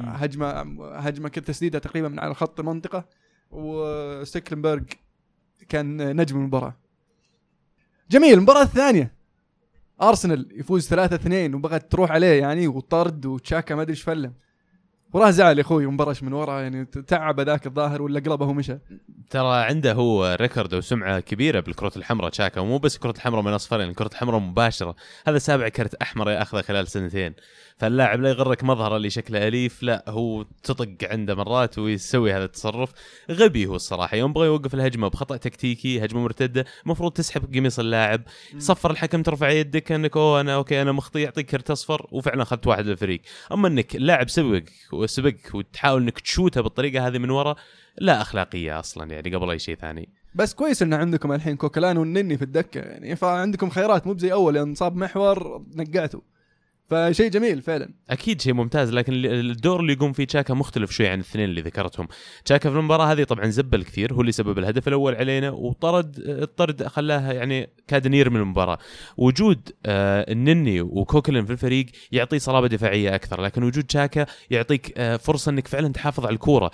هجمه كده تسديده تقريبا من على خط المنطقه، وستيكلنبرغ كان نجم المباراه. جميل. المباراه الثانيه ارسنال يفوز 3-2 وبغت تروح عليه يعني، وطرد وتشاكا ما ادري ايش فلم، وراه زعل يا اخوي ومبرش من ورا يعني، تعب ذاك الظاهر ولا قلبه ومشى. ترى عنده هو ريكورد وسمعه كبيره بالكرة الحمراء تشاكا، ومو بس الكرة الحمراء من اصفرين، الكرة الحمراء مباشره. هذا 7 كرت احمر ياخذه خلال 2 سنين. فاللاعب لا يغرك مظهره اللي شكله اليف، لا هو تطق عنده مرات ويسوي هذا التصرف غبي. هو الصراحه يوم بغى يوقف الهجمه بخطا تكتيكي، هجمه مرتده المفروض تسحب قميص اللاعب، صفر الحكم ترفع يدك انك انا مخطئ، يعطيك كرت اصفر وفعلا اخذت 1 للفريق. اما انك اللاعب سبقك وتحاول انك تشوته بالطريقه هذه من وراء، لا اخلاقيه اصلا يعني قبل اي شيء ثاني. بس كويس ان عندكم الحين كوكلان والنني في الدكه يعني، فعندكم خيارات مو زي اول يعني صاب محور نقعته، فشيء جميل فعلا. اكيد شيء ممتاز، لكن الدور اللي يقوم فيه تشاكا مختلف شوي عن الاثنين اللي ذكرتهم. تشاكا في المباراه هذه طبعا زبل كثير، هو اللي سبب الهدف الاول علينا، الطرد خلاها يعني كاد يرمي المباراه. وجود النني وكوكلين في الفريق يعطيه صلابه دفاعيه اكثر، لكن وجود تشاكا يعطيك فرصه انك فعلا تحافظ على الكوره.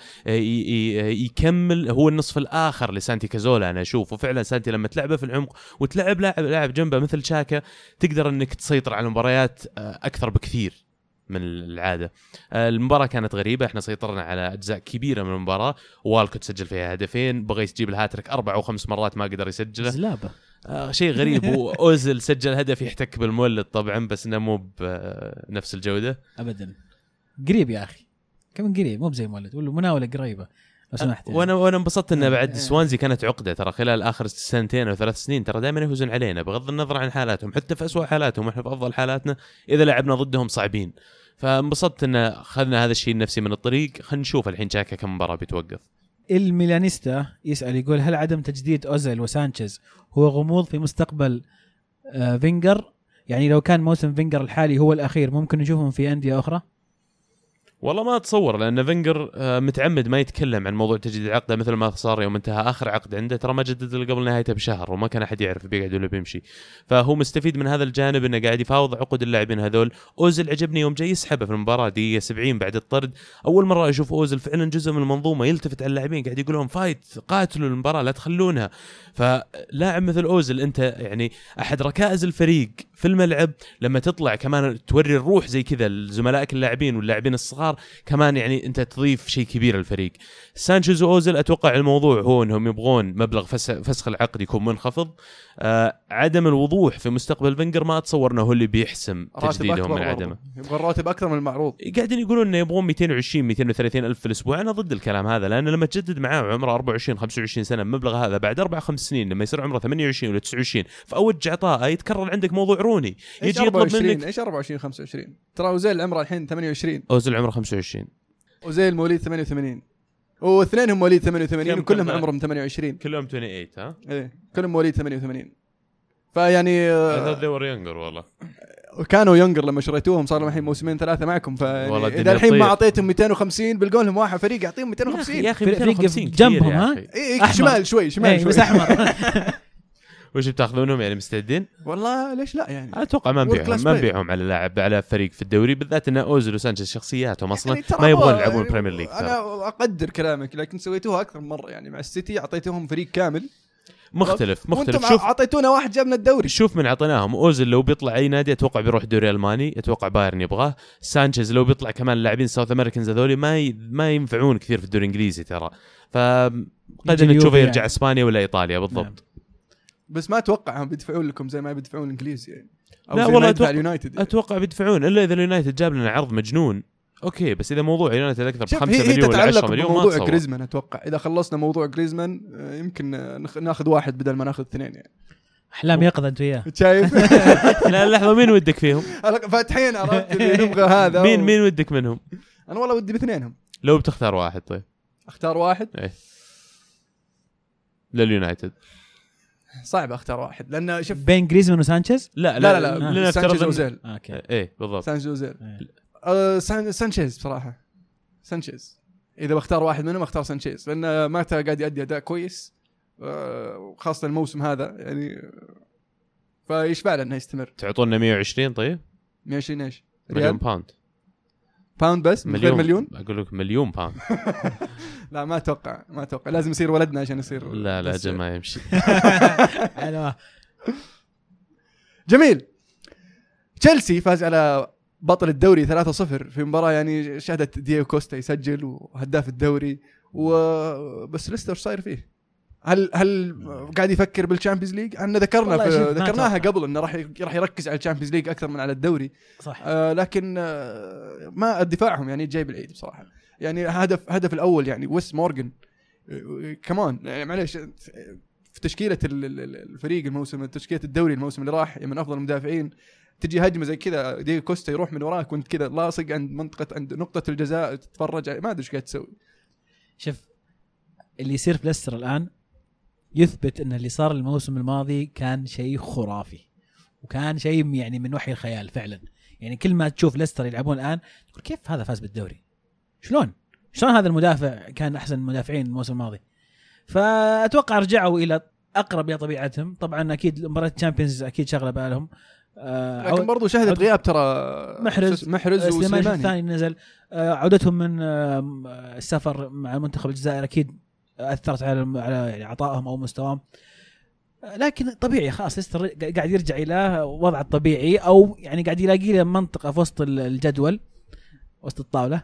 يكمل هو النصف الاخر لسانتي كازولا. انا اشوف وفعلا سانتي لما تلعبه في العمق وتلعب لاعب جنبه مثل تشاكا تقدر انك تسيطر على المباريات أكثر بكثير من العادة. المباراة كانت غريبة، احنا سيطرنا على أجزاء كبيرة من المباراة، والكوت سجل فيها هدفين، بغى يجيب الهاتريك 4 أو 5 مرات ما قدر يسجله، زلابة. شيء غريب. وأوزل سجل هدف يحتك بالمولد طبعا، بس إنه مو بنفس الجودة أبدا. قريب يا أخي، كم قريب، مو بزي مولد ولا مناولة قريبة لو سمحت. وانا انبسطت انه بعد سوانزي كانت عقده ترى خلال اخر 2 أو 3 سنين، ترى دائما يفوزون علينا بغض النظر عن حالاتهم، حتى في اسوأ حالاتهم احنا في افضل حالاتنا اذا لعبنا ضدهم صعبين. فانبسطت ان اخذنا هذا الشيء النفسي من الطريق. خلينا نشوف الحين تشاكا كم مباراه بيتوقف. الميلانيستا يسأل يقول هل عدم تجديد أوزيل وسانشيز هو غموض في مستقبل فينجر؟ يعني لو كان موسم فينجر الحالي هو الأخير ممكن نشوفهم في أندية أخرى؟ والله ما اتصور، لان فينجر متعمد ما يتكلم عن موضوع تجديد عقده مثل ما صار يوم انتهى اخر عقد عنده، ترى ما جدد الا قبل نهايته بشهر وما كان احد يعرف بيقعد ولا بيمشي. فهو مستفيد من هذا الجانب انه قاعد يفاوض عقود اللاعبين هذول. اوزل عجبني يوم جاي يسحبه في المباراه دقيقه 70 بعد الطرد، اول مره اشوف اوزل فعلا جزء من المنظومه، يلتفت على اللاعبين قاعد يقول لهم فايت، قاتلوا المباراه لا تخلونها. فلاعب مثل اوزل انت يعني احد ركائز الفريق في الملعب، لما تطلع كمان توري الروح زي كذا لزملائك اللاعبين واللاعبين الصغار كمان، يعني انت تضيف شيء كبير للفريق. سانشيز واوزل اتوقع الموضوع هو انهم يبغون مبلغ فسخ العقد يكون منخفض. عدم الوضوح في مستقبل فينجر ما اتصور انه هو اللي بيحسم تجديدهم من عدمه. يبغى الراتب اكثر من المعروض. قاعدين يقولون انه يبغون 220-230 الف في الاسبوع. انا ضد الكلام هذا، لان لما تجدد معاه عمره 24-25 سنه بمبلغ هذا، بعد 4-5 سنين لما يصير عمره 28 ولا 29 فاوج عطاء يتكرر عندك موضوع روني، يجي يطلب منك ايش 24-25. ترى اوزيل عمره الحين 28، اوزيل عمره 25، اوزيل مواليد 88 واثنينهم مواليد 88 وكلهم عمرهم 28. كلهم 28 ها؟ ايه كلهم مواليد 88. فيعني هذول they were younger والله. كانوا يونجر لما شريتوهم، صار لهم الحين موسمين 3 معكم. فاذا الحين ما اعطيتهم 250 بلقوا لهم واحد فريق يعطيهم 250 يا اخي 250 جنبهم ها شمال شوي بس احمر. وش بتاخذونهم يعني مستعدين؟ والله ليش لا يعني اتوقع ما نبيعهم على لاعب على فريق في الدوري، بالذات ان اوزل وسانشيز شخصياتهم اصلا يعني ما يبغون يلعبون بريمير ليج. انا اقدر كلامك، لكن سويتوها اكثر من مره يعني مع السيتي، اعطيتهم فريق كامل مختلف. شوف اعطيتونا واحد جابنا الدوري. شوف من عطيناهم. اوزل لو بيطلع اي نادي اتوقع بيروح الدوري الالماني، اتوقع بايرن يبغاه. سانشيز لو بيطلع كمان اللاعبين ساوث امريكانز هذول ما ينفعون كثير في الدوري الانجليزي ترى، فقد نشوفه يرجع يعني اسبانيا ولا ايطاليا بالضبط. نعم. بس ما اتوقع هم بيدفعون لكم زي ما بيدفعون الانجليزي يعني. لا والله اتوقع بيدفعون، الا اذا اليونايتد جاب لنا عرض مجنون اوكي، بس اذا موضوع يونايتد اكثر ب 5 مليون ولا 10 مليون ما موضوع جريزمان اتوقع اذا خلصنا موضوع جريزمان يمكن ناخذ واحد بدل ما ناخذ 2 يعني. احلام يقظه انت وياه شايف. لا لحظه، مين ودك فيهم؟ فاتحين عرفت اللي نبغى هذا. مين ودك منهم؟ انا والله ودي باثنينهم. لو بتختار واحد طيب اختار واحد ايه لليونايتد. صعب اختار واحد لان شوف بين جريزمان وسانشيز. لا سانشيز وزيل. اوكي ايه بالضبط سانشيز وزيل. سانشيز بصراحه. سانشيز اذا بختار واحد منهم اختار سانشيز، لان ما قاعد يؤدي اداء كويس خاصه الموسم هذا يعني، فيشبع له انه يستمر. تعطونا 120 طيب 120 ايش؟ مليون باوند بس مليون. اقول لك مليون باوند. لا ما اتوقع لازم يصير ولدنا عشان يصير. لا جل ما يمشي. جميل. تشيلسي فاز على بطل الدوري 3-0 في مباراة يعني شهدت دييغو كوستا يسجل وهداف الدوري بس ليستر صاير فيه. هل قاعد يفكر بالشامبيونز ليج؟ احنا ذكرناها قبل انه راح يركز على الشامبيونز ليج اكثر من على الدوري صح. لكن ما دفاعهم يعني جاي بالعيد بصراحة. يعني هدف الاول يعني ويس مورغان كمان يعني معليش في تشكيلة الفريق الموسم، تشكيلة الدوري الموسم اللي راح من افضل المدافعين، تجي هجمه زي كذا دييغو كوستا يروح من وراك وانت كذا لاصق عند نقطه الجزاء تتفرج ما ادري ايش قاعد تسوي. شوف اللي يصير في ليستر الان يثبت ان اللي صار الموسم الماضي كان شيء خرافي، وكان شيء يعني من وحي الخيال فعلا. يعني كل ما تشوف ليستر يلعبون الان تقول كيف هذا فاز بالدوري، شلون هذا المدافع كان احسن مدافعين الموسم الماضي. فاتوقع رجعوا الى اقرب الى طبيعتهم. طبعا اكيد مباراه الشامبيونز اكيد شغله بالهم، لكن برضو شهدت غياب ترى محرز وسليماني الثاني نزل. عودتهم من السفر مع منتخب الجزائر اكيد اثرت على يعني عطائهم او مستواهم، لكن طبيعي خلاص ليستر قاعد يرجع الى وضعه الطبيعي، او يعني قاعد يلاقي له منطقه في وسط الجدول وسط الطاوله.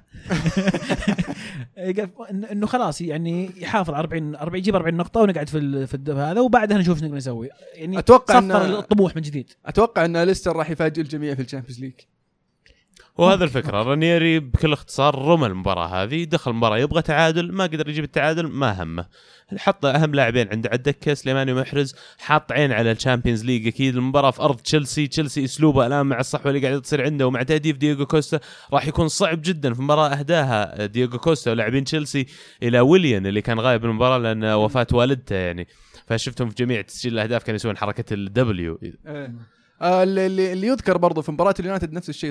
انه خلاص يعني يحافظ 40 يجيب 40 نقطه ونقعد في هذا، وبعدها نشوف ايش نقدر نسوي. يعني اتوقع صفر الطموح من جديد. اتوقع ان ليستر راح يفاجئ الجميع في الشامبيونز ليج، وهذا الفكره. رانييري بكل اختصار رمى المباراه هذه، دخل المباراه يبغى تعادل، ما قدر يجيب التعادل، ما همه، حط اهم لاعبين عنده على الدكه سليماني ومحرز، حاط عين على الشامبيونز ليج. اكيد المباراه في ارض تشيلسي اسلوبه الان مع الصحوه اللي قاعده تصير عنده ومع تهديف دييغو كوستا راح يكون صعب جدا في مباراه اهداها دييغو كوستا ولاعبين تشيلسي الى ويليان اللي كان غايب من المباراه لان وفاه والدته يعني. فشفتهم في جميع تسجيل الاهداف كانوا يسوون حركه الدبليو. اللي يذكر برضه في مباراه اليونايتد نفس الشيء صار.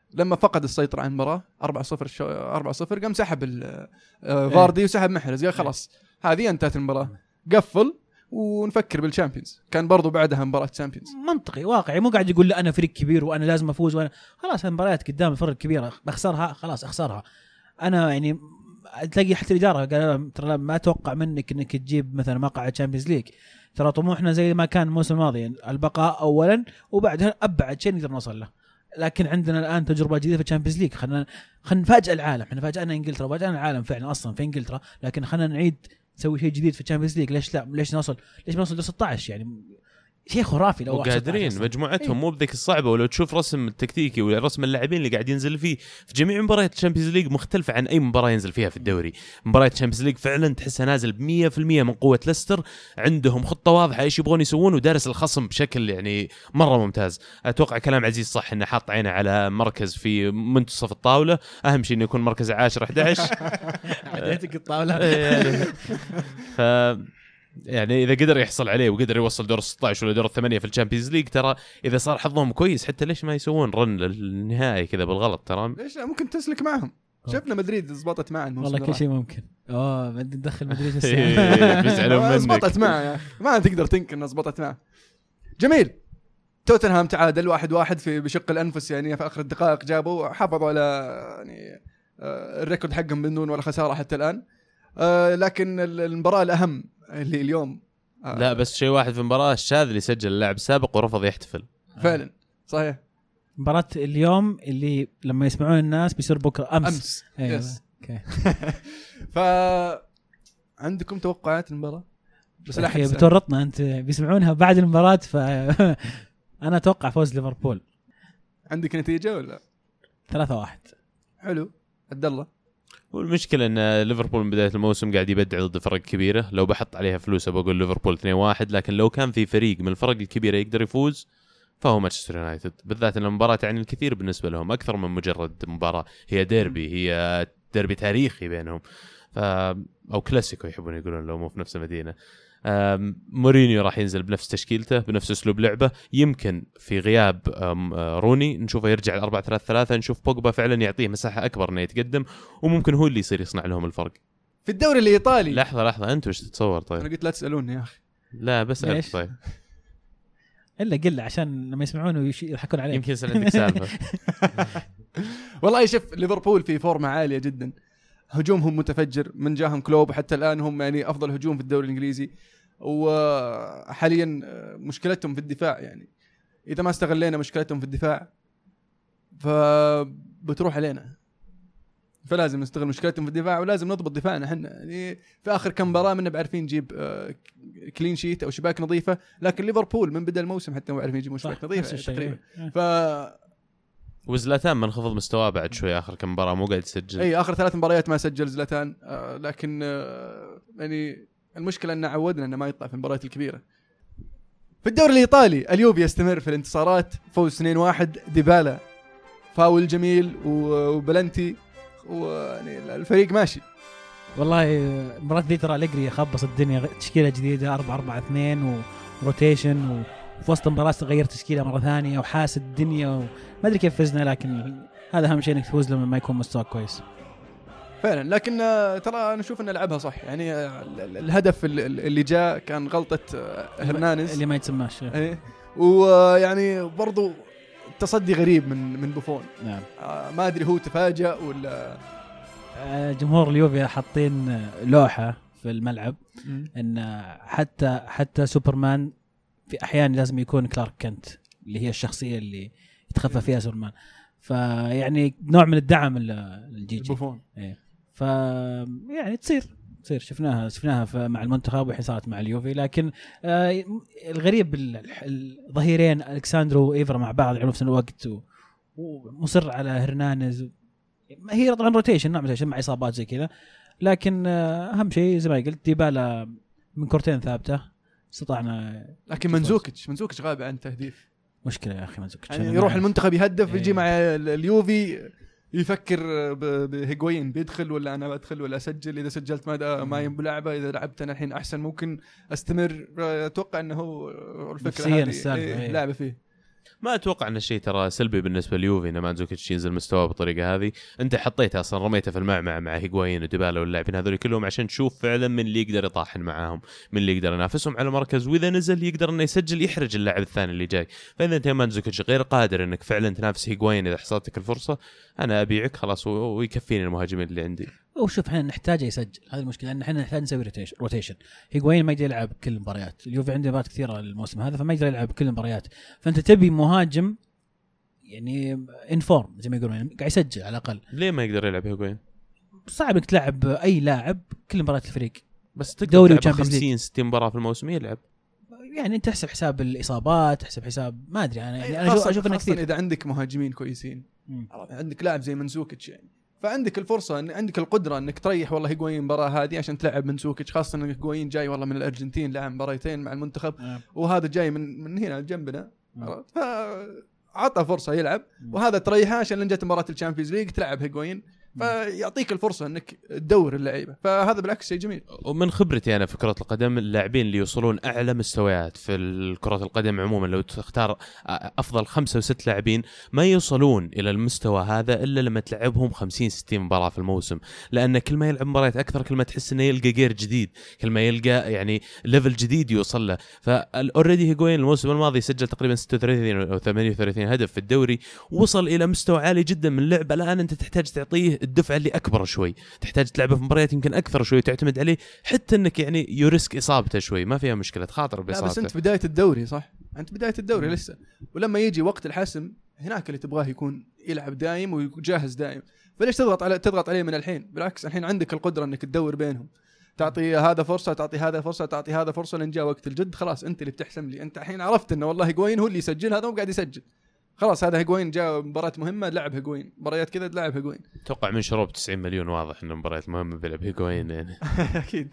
لما فقد السيطره على المباراه 4-0 قام سحب فاردي وسحب محرز، قال خلاص هذه انتهت المباراه، قفل ونفكر بالشامبيونز. كان برضو بعدها مباراه تشامبيونز. منطقي واقعي، مو قاعد يقول لا انا فريق كبير وانا لازم افوز، وانا خلاص المباريات قدام الفرق الكبيره بخسرها خلاص اخسرها. انا يعني تلاقي حتى الاداره قال ترى ما اتوقع منك انك تجيب مثلا مقعد تشامبيونز ليج، ترى طموحنا زي ما كان الموسم الماضي البقاء اولا وبعدها ابعد شيء نقدر نوصل له. لكن عندنا الان تجربه جديده في الشامبيونز ليج، خلينا نفاجئ العالم. احنا فاجئنا انجلترا، فاجئنا العالم فعلا اصلا في انجلترا، لكن خلينا نعيد نسوي شيء جديد في الشامبيونز ليج. ليش لا؟ ليش ما نوصل دور 16 يعني شيء خرافي. لو وقادرين مجموعتهم مو بذيك الصعبه، ولو تشوف رسم التكتيكي ورسم اللاعبين اللي قاعد ينزل فيه في جميع مباريات الشامبيونز ليج مختلفه عن اي مباراه ينزل فيها في الدوري. مباريات الشامبيونز ليج فعلا تحسها نازل 100% من قوه ليستر، عندهم خطه واضحه ايش يبغون يسوون ودارس الخصم بشكل يعني مره ممتاز. اتوقع كلام عزيز صح انه حاط عينه على مركز في منتصف الطاوله، اهم شيء انه يكون مركز 10 11 عديتك الطاوله ف يعني اذا قدر يحصل عليه وقدر يوصل دور 16 ولا دور 8 في الشامبيونز ليج، ترى اذا صار حظهم كويس حتى ليش ما يسوون رن للنهائي كذا بالغلط؟ ترى ليش لا؟ ممكن تسلك معهم. شفنا مدريد زبطت معه والله كل شيء ممكن. بدي ندخل مدريد زبطت معه يا اخي، ما تقدر تنكر انها زبطت معه. جميل. توتنهام تعادل 1-1 في بشق الانفس، يعني في اخر الدقائق جابوا حافظوا على يعني الريكورد حقهم بدون ولا خساره حتى الان. لكن المباراه الاهم اللي اليوم لا بس شيء واحد في المباراه، الشاذلي سجل اللاعب السابق ورفض يحتفل. فعلا صحيح. مباراة اليوم اللي لما يسمعون الناس بيصير بكره امس. يس. اوكي. عندكم توقعات المباراه؟ بس لا بتورطنا انت، بيسمعونها بعد المباراه انا اتوقع فوز ليفربول. عندك نتيجه ولا 3-1؟ حلو. عبد الله. والمشكلة ان ليفربول من بداية الموسم قاعد يبدع ضد فرق كبيرة، لو بحط عليها فلوس بقول ليفربول 2-1، لكن لو كان في فريق من الفرق الكبيرة يقدر يفوز فهو مانشستر يونايتد، بالذات ان المباراة تعني الكثير بالنسبة لهم اكثر من مجرد مباراة، هي ديربي، هي ديربي تاريخي بينهم، او كلاسيكو يحبون يقولون لو مو في نفس المدينة. مورينيو راح ينزل بنفس تشكيلته بنفس اسلوب لعبه، يمكن في غياب روني نشوفه يرجع 4-3-3، نشوف بوجبا فعلا يعطيه مساحه اكبر انه يتقدم، وممكن هو اللي يصير يصنع لهم الفرق. في الدوري الايطالي لحظه انت وش تتصور؟ طيب انا قلت لا تسالوني يا اخي. لا بس طيب الا قل عشان لما يسمعونه يضحكون عليك، يمكن يصير عندك سالفه. والله شوف ليفربول في فورمه عاليه جدا، هجومهم متفجر من جاهم كلوب، حتى الآن هم يعني أفضل هجوم في الدوري الإنجليزي، وحاليا مشكلتهم في الدفاع، يعني إذا ما استغلينا مشكلتهم في الدفاع فبتروح علينا، فلازم نستغل مشكلتهم في الدفاع ولازم نضبط دفاعنا احنا. يعني في آخر كم مباراة منا بعرفين نجيب كلين شيت أو شباك نظيفة، لكن ليفربول من بدأ الموسم حتى ما عارفين يجيبون شباك نظيفة تقريبا. وزلاتان منخفض مستواه بعد شوي، آخر كم مباراة مو قاعد يسجل. أي آخر 3 مباريات ما سجل زلاتان، لكن يعني المشكلة أن عودنا أنه ما يطلع في المباريات الكبيرة. في الدوري الإيطالي اليوفي يستمر في الانتصارات، فوز 2-1، ديبالا فاول جميل وبلنتي، ويعني الفريق ماشي. والله مباراة ذي ترى أليجري خبص الدنيا، تشكيلة جديدة 4-4-2 وروتيشن، وفي وسط المباراة غير تشكيلة مرة ثانية وحاس الدنيا، ما أدري كيف فزنا، لكن هذا أهم شيء إنك تفوز لما ما يكون مستواك كويس فعلا. لكن ترى أنا أشوف إن لعبها صح، يعني الهدف اللي جاء كان غلطة هرنانيز اللي ما يتسماش، ويعني برضو تصدي غريب من بوفون. نعم. ما أدري هو تفاجأ ولا. جمهور اليوفي حاطين لوحة في الملعب إن حتى سوبرمان في أحيان لازم يكون كلارك كنت، اللي هي الشخصية اللي يتخفى فيها سوبرمان، فيعني نوع من الدعم للجيجي بوفون. يعني تصير شفناها مع المنتخب وحين صارت مع اليوفي، لكن الغريب الظهيرين ألكساندرو وإيفرا مع بعض في نفس الوقت، ومصر على هرنانيز، هي طبعا روتيشن نوع روتيشن مع إصابات زي كذا، لكن أهم شيء زي ما قلت ديبالا من كورتين ثابتة استطعنا. لكن منزوكيتش غاب عن تهديف، مشكلة يا أخي منزوكيتش، يعني يروح المنتخب يهدف يجي مع اليوفي يفكر بهيغوين بيدخل ولا أنا بدخل ولا أسجل، إذا سجلت ما ينبلعبه، إذا لعبت أنا الحين أحسن ممكن أستمر. أتوقع أنه الفكرة هذه لعبة فيه. ما اتوقع ان الشيء ترى سلبي بالنسبه ليوفي ان مانزوكيتش ينزل مستواه بالطريقه هذه. انت حطيته اصلا، رميته في المعمعة مع هيغوايين وديبالا واللاعبين هذول كلهم عشان تشوف فعلا من اللي يقدر يطاحن معاهم، من اللي يقدر ينافسهم على مركز، واذا نزل يقدر انه يسجل يحرج اللاعب الثاني اللي جاي. فاذا انت مانزوكيتش غير قادر انك فعلا تنافس هيغوايين اذا حصلتك الفرصه، انا ابيعك خلاص ويكفيني المهاجمين اللي عندي. وشوف احنا نحتاج يسجل، هذه المشكله ان احنا نحتاج نسوي روتيشن. هيغوايين ما يقدر يلعب كل المباريات، اليوفي عنده مباريات كثيره الموسم هذا فما يقدر يلعب كل المباريات، فانت تبي مهاجم يعني انفورم زي ما يقولون، يعني قاعد يسجل على الاقل. ليه ما يقدر يلعب هيغوايين؟ صعب انك تلعب اي لاعب كل مباريات الفريق، بس تقدر دوري تلعب وتشامبيونز 50 60 مباراه في الموسم يلعب. يعني انت تحسب حساب الاصابات، تحسب حساب ما ادري انا، يعني انا خاصة اشوف انه كثير. اذا عندك مهاجمين كويسين، عندك لاعب زي منزوكيتش يعني، فعندك الفرصه ان عندك القدره انك تريح والله هيغوايين المباراه هذه عشان تلعب منزوكيتش، خاصه ان هيغوايين جاي والله من الارجنتين لعب مباراتين مع المنتخب وهذا جاي من هنا جنبنا، فعطى فرصه يلعب، وهذا تريحه عشان لين جت مباراه الشامبيونز ليج تلعب هيغوايين، فيعطيك الفرصه انك تدور اللعيبه، فهذا بالعكس شيء جميل. ومن خبرتي انا في كره القدم، اللاعبين اللي يوصلون اعلى مستويات في كره القدم عموما، لو تختار افضل 5 و6 لاعبين ما يوصلون الى المستوى هذا الا لما تلعبهم 50 60 مباراه في الموسم، لان كل ما يلعب مباريات اكثر كل ما تحس انه يلقى جير جديد، كل ما يلقى يعني ليفل جديد يوصل له. فالاوريدي هيغوايين الموسم الماضي سجل تقريبا 36 او 38 هدف في الدوري، وصل الى مستوى عالي جدا من اللعب. الان انت تحتاج تعطيه الدفعه اللي اكبر شوي، تحتاج تلعبه في مباريات يمكن اكثر شوي، تعتمد عليه حتى انك يعني يورسك اصابته شوي، ما فيها مشكله تخاطر باصابته. بس انت بدايه الدوري صح، انت بدايه الدوري لسه، ولما يجي وقت الحسم هناك اللي تبغاه يكون يلعب دايم ويجهز دايم، فليش تضغط عليه من الحين؟ بالعكس الحين عندك القدره انك تدور بينهم، تعطي هذا فرصه، تعطي هذا فرصه، تعطي هذا فرصه، لين جاء وقت الجد خلاص انت اللي بتحسم لي. انت الحين عرفت انه والله هيغوايين هو اللي يسجل، هذا مو قاعد يسجل، خلاص هذا هيغوايين جاء مباراة مهمة لعب هيغوايين، مباريات كذا لعب هيغوايين. اتوقع من شروط 90 مليون واضح ان المباريات مهمة بيلعب هيغوايين يعني. اكيد.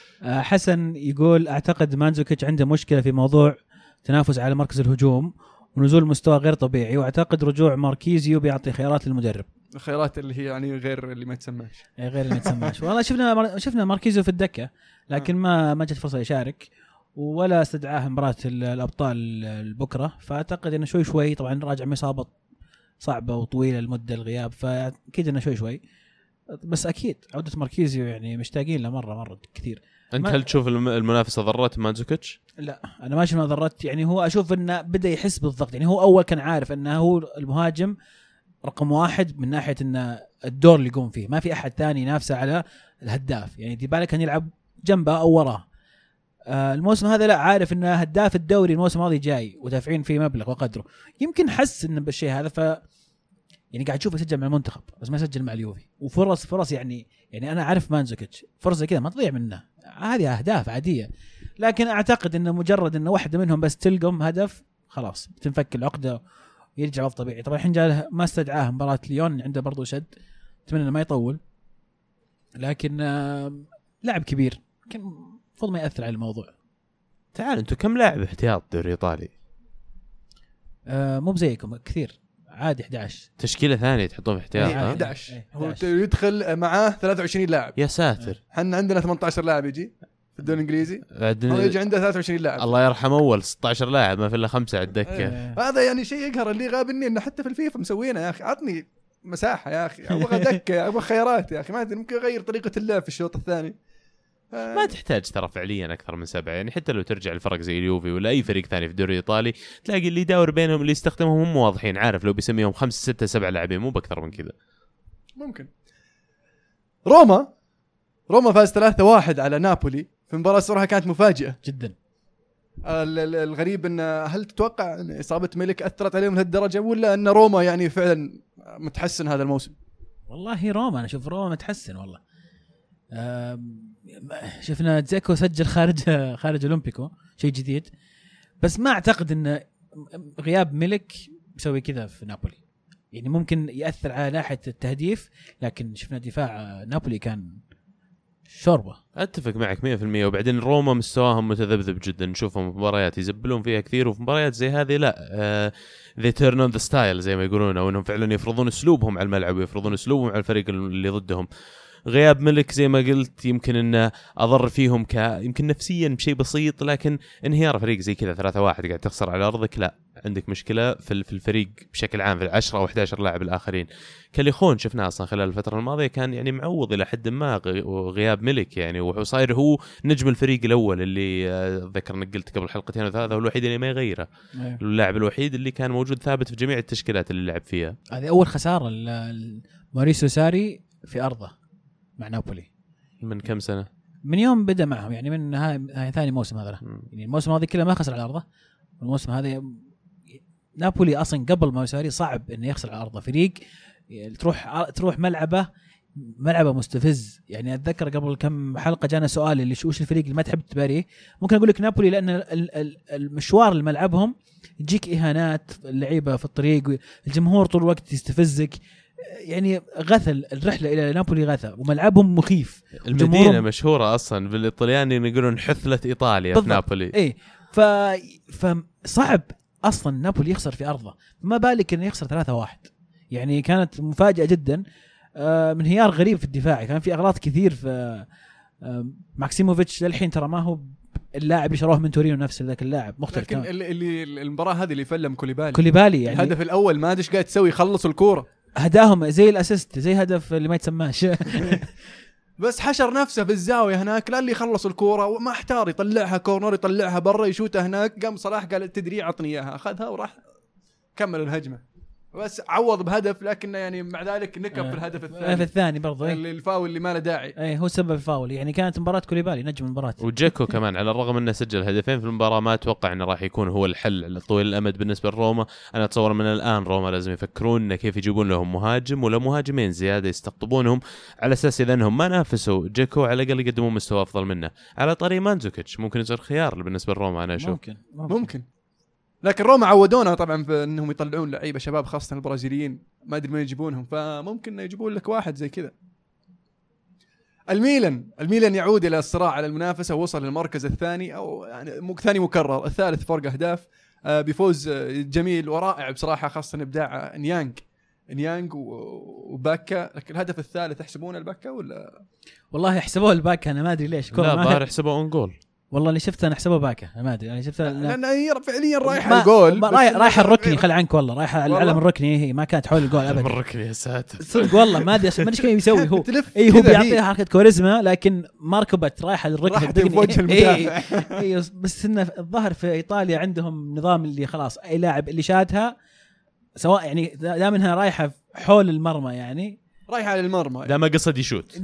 حسن يقول اعتقد مانزوكيتش عنده مشكلة في موضوع تنافس على مركز الهجوم ونزول مستوى غير طبيعي، واعتقد رجوع ماركيزيو بيعطي خيارات للمدرب. الخيارات اللي هي يعني غير اللي ما تسماش. غير اللي ما تسماش. والله شفنا ماركيزيو في الدكة لكن ما جت فرصة يشارك، ولا استدعاه مباراة الأبطال بكرة، فأعتقد إنه شوي طبعا راجع من إصابة صعبة وطويلة المدة الغياب، فأكيد إنه شوي بس أكيد عودة ماركيزيو يعني مشتاقين له مرة كثير. أنت هل تشوف المنافسة ضرت مانزوكيتش؟ لا أنا ما أشوف إنها ضرت، يعني هو أشوف إنه بدأ يحس بالضغط، يعني هو أول كان عارف إنه هو المهاجم رقم 1 من ناحية إنه الدور اللي يقوم فيه، ما في أحد ثاني ينافسه على الهداف، يعني ديبالا كان يلعب جنبه أو وراه. الموسم هذا لا، عارف انه هداف الدوري الموسم الماضي جاي ودافعين فيه مبلغ وقدره، يمكن حس انه بالشيء هذا، ف يعني قاعد اشوفه يسجل مع المنتخب بس ما يسجل مع اليوفي، وفرص يعني انا عارف مانزوكيتش فرصه كذا ما تضيع منه، هذه اهداف عاديه، لكن اعتقد انه مجرد انه واحده منهم بس تلقم هدف خلاص بتنفك العقده ويرجع وضع طبيعي. طبعا الحين جاء ما استدعاه مباراه ليون عنده برضو شد، اتمنى انه ما يطول، لكن لاعب كبير كان المفروض ما ياثر على الموضوع. تعال انتم كم لاعب احتياط دوري ايطالي؟ مو بزيكم كثير، عادي 11 تشكيله ثانيه تحطون في احتياط. 11 هو يدخل معاه 23 لاعب. يا ساتر، احنا عندنا 18 لاعب يجي في الدوري الانجليزي، هو يجي عنده 23 لاعب. الله يرحم اول 16 لاعب ما في الا 5 على الدكه. هذا يعني شيء يقهر اللي غابني انه حتى في الفيفا مسوينه يا اخي، عطني مساحه يا اخي، ابغى دكه، ابغى خيارات يا اخي، ما ادري ممكن اغير طريقه اللعب في الشوط الثاني. ما تحتاج ترى فعليا اكثر من 7، يعني حتى لو ترجع الفرق زي اليوفي ولا اي فريق ثاني في الدوري الايطالي تلاقي اللي يداور بينهم اللي يستخدمهم هم واضحين، عارف لو بيسميهم 5 6 7 لاعبين مو باكثر من كذا. ممكن. روما فاز 3-1 على نابولي في مباراة صراحة كانت مفاجئة جدا. الغريب ان هل تتوقع ان اصابة ميلك اثرت عليهم لهالدرجة، ولا ان روما يعني فعلا متحسن هذا الموسم؟ والله روما انا اشوف روما متحسن والله. شفنا زيكو سجل خارج اولمبيكو، شيء جديد، بس ما اعتقد ان غياب ميلك بيسوي كذا في نابولي، يعني ممكن ياثر على ناحيه التهديف، لكن شفنا دفاع نابولي كان شوربه. اتفق معك 100%. وبعدين روما مستواهم متذبذب جدا، نشوفهم في مباريات يزبلون فيها كثير، وفي مباريات زي هذه لا they turn on the style زي ما يقولون، او انهم فعلا يفرضون اسلوبهم على الملعب ويفرضون اسلوبهم على الفريق اللي ضدهم. غياب ملك زي ما قلت يمكن انه اضر فيهم يمكن نفسيا بشيء بسيط، لكن انهيار فريق زي كذا 3-1 قاعد تخسر على ارضك، لا عندك مشكله في الفريق بشكل عام في 10 او 11 لاعب الاخرين. كاليخون شفناه اصلا خلال الفتره الماضيه كان يعني معوض الى حد ما غياب ملك يعني، وصاير هو نجم الفريق الاول اللي اتذكر انك قلت قبل حلقتين وثلاثه، هو الوحيد اللي ما يغيره، اللاعب الوحيد اللي كان موجود ثابت في جميع التشكيلات اللي لعب فيها. هذه اول خساره موريسيو ساري في ارضه مع نابولي من كم سنه؟ من يوم بدا معهم يعني، من هاي ثاني موسم هذا يعني. الموسم الماضي كله ما خسر على ارضه، الموسم هذا نابولي اصلا قبل ما ساري صعب انه يخسر على ارضه. فريق تروح ملعبه مستفز يعني. اتذكر قبل كم حلقه جانا سؤال اللي وش الفريق اللي ما تحب تباريه، ممكن اقول لك نابولي، لان المشوار اللي ملعبهم يجيك اهانات، اللعيبه في الطريق، الجمهور طول الوقت يستفزك يعني. غثل الرحله الى نابولي غثى، وملعبهم مخيف. المدينه مشهوره اصلا بالطلياني يقولون حثله ايطاليا في نابولي. اي فصعب اصلا نابولي يخسر في ارضه، ما بالك انه يخسر 3-1 يعني. كانت مفاجاه جدا. انهيار غريب في الدفاع، كان في اغلاط كثير في ماكسيموفيتش. للحين ترى ما هو اللاعب اللي شروه من تورينو نفس ذاك اللاعب، مختلف. لكن اللي المباراه هذه اللي فلم كوليبالي يعني الهدف الاول ما ادري ايش قاعد تسوي، خلصوا الكوره هداهم زي الاسيست، زي هدف اللي ما يتسماش بس حشر نفسه في الزاويه هناك، لا اللي خلص الكوره وما احتار يطلعها كورنر، يطلعها برا، يشوتها هناك. قام صلاح قال تدري عطني اياها، اخذها وراح كمل الهجمه، بس عوض بهدف. لكن يعني مع ذلك نكب في الهدف الثاني برضه الفاول اللي ما له داعي. هو سبب الفاول يعني. كانت مباراة كوليبالي نجم المباراة. وجيكو كمان على الرغم انه سجل هدفين في المباراة، ما اتوقع انه راح يكون هو الحل طويل الامد بالنسبة لروما. انا اتصور من الان روما لازم يفكرون كيف يجيبون لهم مهاجم ولا مهاجمين زيادة يستقطبونهم، على اساس اذا انهم ما نافسوا جيكو على الاقل يقدموا مستوى افضل منه. على طريق مانزوكيتش ممكن يصير خيار بالنسبة لروما. انا اشوف ممكن. لكن روما عودونا طبعا في انهم يطلعون لعيبه شباب، خاصه البرازيليين ما ادري مين يجيبونهم، فممكن يجيبون لك واحد زي كذا. الميلان يعود الى الصراع على المنافسه، ووصل للمركز الثاني، او يعني ثاني مكرر، الثالث فرق اهداف، بفوز جميل ورائع بصراحه، خاصه ابداع نيانج وباكا. لكن الهدف الثالث يحسبونه الباكا ولا والله يحسبوه الباكا؟ انا ما ادري ليش. لا ظاهر يحسبوه اون جول. والله اللي شفته انا حسبه باكا، ما ادري انا شفته لان هي فعليا رايحه الجول، رايح الركني. خل عنك والله رايحه العلم الركني، هي ما كانت حول الجول ابدا. الركني يا ساتر صدق والله ما ادري ايش كان يسوي هو. هو بيعطيها حركه كوريزما، لكن ما ركبت رايحه للركني في وجه المدافع. بس انه الظاهر في ايطاليا عندهم نظام اللي خلاص اي لاعب اللي شاتها سواء يعني دام انها رايحه حول المرمى، يعني رايحه على المرمى، دام قصد يشوت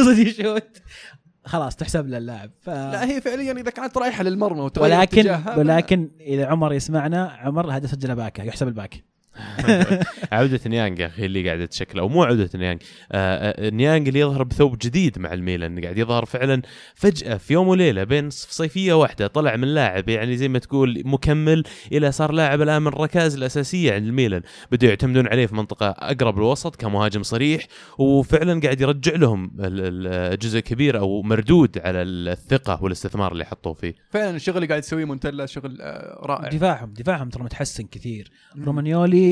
خلاص تحسب للاعب. لا هي فعليا اذا كانت رايحه للمرمى ولكن اذا عمر يسمعنا، عمر هذا سجل باكا، يحسب الباكا. عودة نيانج يا أخي اللي قاعدة تشكل، أو مو عودة نيانج، نيانج اللي يظهر بثوب جديد مع الميلان، قاعد يظهر فعلا فجأة في يوم وليلة بين صيفية واحدة، طلع من لاعب يعني زي ما تقول مكمل إلى صار لاعب الآن من الركائز الأساسية عند الميلان. بدأوا يعتمدون عليه في منطقة أقرب الوسط كمهاجم صريح، وفعلا قاعد يرجع لهم جزء كبير أو مردود على الثقة والاستثمار اللي حطوه فيه. فعلا الشغل اللي قاعد يسويه مونتيلا شغل رائع. دفاعهم ترى متحسن كثير. رومانيولي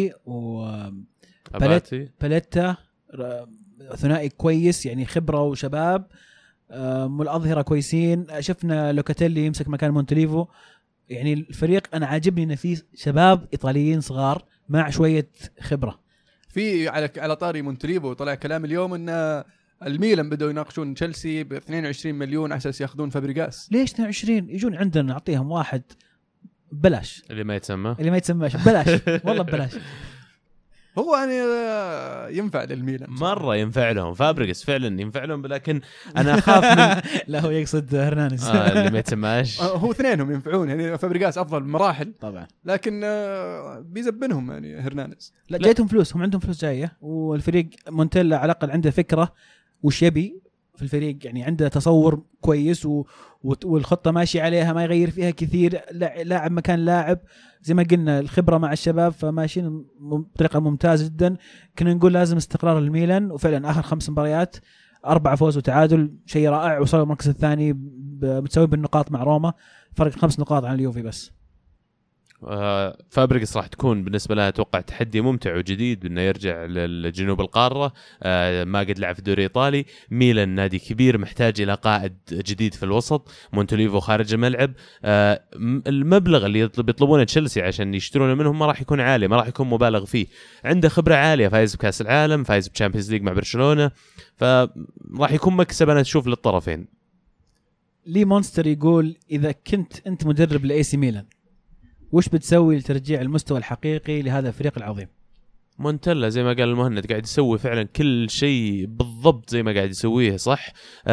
وباليتا ثنائي كويس يعني، خبرة وشباب. الأظهرة كويسين. شفنا لوكاتيلي يمسك مكان مونتليفو. يعني الفريق أنا عاجبني إن فيه شباب إيطاليين صغار مع شوية خبرة. في على طاري مونتليفو طلع كلام اليوم إن الميلان بدأوا يناقشون تشيلسي ب 22 مليون على أساس يأخذون فابريغاس. ليش 22؟ يجون عندنا نعطيهم واحد بلاش، اللي ما يتسماش بلاش والله ببلاش. هو يعني ينفع للميلان مرة ينفع لهم فابريغاس، فعلا ينفع لهم، لكن أنا أخاف من لا هو يقصد هرنانيز اللي ما يتسماش. هو اثنينهم ينفعون يعني، فابريغاس أفضل بمراحل طبعا، لكن بيزبنهم يعني هرنانيز. لا جايتهم فلوس، هم عندهم فلوس جاية، والفريق مونتيلا على الأقل عنده فكرة وش يبي في الفريق، يعني عنده تصور كويس والخطة ماشي عليها، ما يغير فيها كثير، لاعب مكان لاعب زي ما قلنا، الخبرة مع الشباب، فماشيين بطريقة ممتازة جدا. كنا نقول لازم استقرار الميلان، وفعلا آخر 5 مباريات 4 فوز وتعادل، شيء رائع. وصلوا المركز الثاني متساوي بالنقاط مع روما، فرق 5 نقاط عن اليوفي بس. فابريجاس راح تكون بالنسبه لها اتوقع تحدي ممتع وجديد انه يرجع للجنوب القاره. ما قد لعب في الدوري الايطالي. ميلان نادي كبير محتاج الى قائد جديد في الوسط. مونتوليفو خارج الملعب. المبلغ اللي بيطلبونه تشيلسي عشان يشترونه منهم ما راح يكون عالي، ما راح يكون مبالغ فيه. عنده خبره عاليه، فايز بكاس العالم، فايز بتشامبيونز ليج مع برشلونه، فراح يكون مكسب انا اشوف للطرفين. لي مونستر يقول اذا كنت انت مدرب لاي سي ميلان وش بتسوي لترجيع المستوى الحقيقي لهذا الفريق العظيم؟ مونتلا زي ما قال المهند قاعد يسوي فعلا كل شيء بالضبط زي ما قاعد يسويه صح.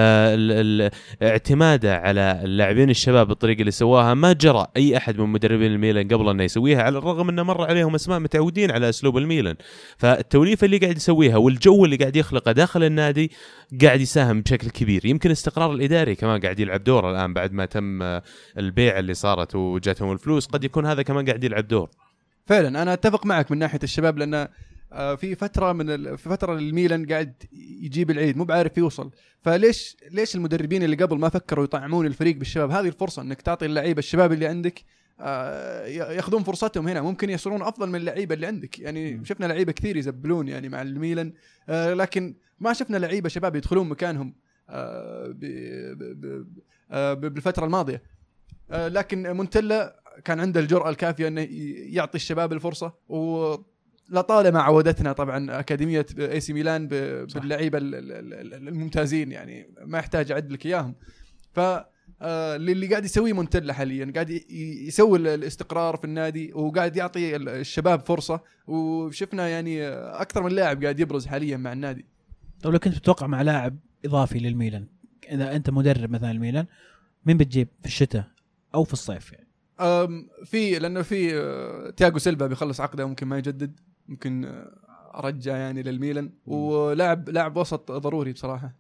اعتماده على اللاعبين الشباب بالطريقه اللي سواها ما جرى اي احد من مدربين الميلان قبل انه يسويها، على الرغم انه مر عليهم اسماء متعودين على اسلوب الميلان. فالتوليفه اللي قاعد يسويها والجو اللي قاعد يخلقه داخل النادي قاعد يساهم بشكل كبير. يمكن استقرار الاداري كمان قاعد يلعب دور الان بعد ما تم البيع اللي صارت وجاتهم الفلوس، قد يكون هذا كمان قاعد يلعب دور. فعلا انا اتفق معك من ناحيه الشباب، لان في فتره في فتره الميلان قاعد يجيب العيد مو بعارف يوصل. فليش المدربين اللي قبل ما فكروا يطعمون الفريق بالشباب؟ هذه الفرصه انك تعطي اللعيبه الشباب اللي عندك ياخذون فرصتهم هنا، ممكن يصيرون افضل من اللعيبه اللي عندك. يعني شفنا لعيبه كثير يزبلون يعني مع الميلان، لكن ما شفنا لعيبه شباب يدخلون مكانهم بالفتره الماضيه. لكن مونتلا كان عنده الجرأة الكافية أنه يعطي الشباب الفرصة، ولطالما عودتنا طبعا أكاديمية اي سي ميلان باللعيبة الممتازين، يعني ما يحتاج أعد لك إياهم. فاللي قاعد يسويه مونتلا حاليا قاعد يسوي الاستقرار في النادي وقاعد يعطي الشباب فرصة، وشفنا يعني أكثر من لاعب قاعد يبرز حاليا مع النادي. طب لو كنت بتوقع مع لاعب إضافي للميلان، إذا أنت مدرب مثلا الميلان، مين بتجيب في الشتاء أو في الصيف يعني؟ لانه في تياغو سيلفا بيخلص عقده ممكن ما يجدد، ممكن ارجع يعني للميلان. ولاعب وسط ضروري بصراحه.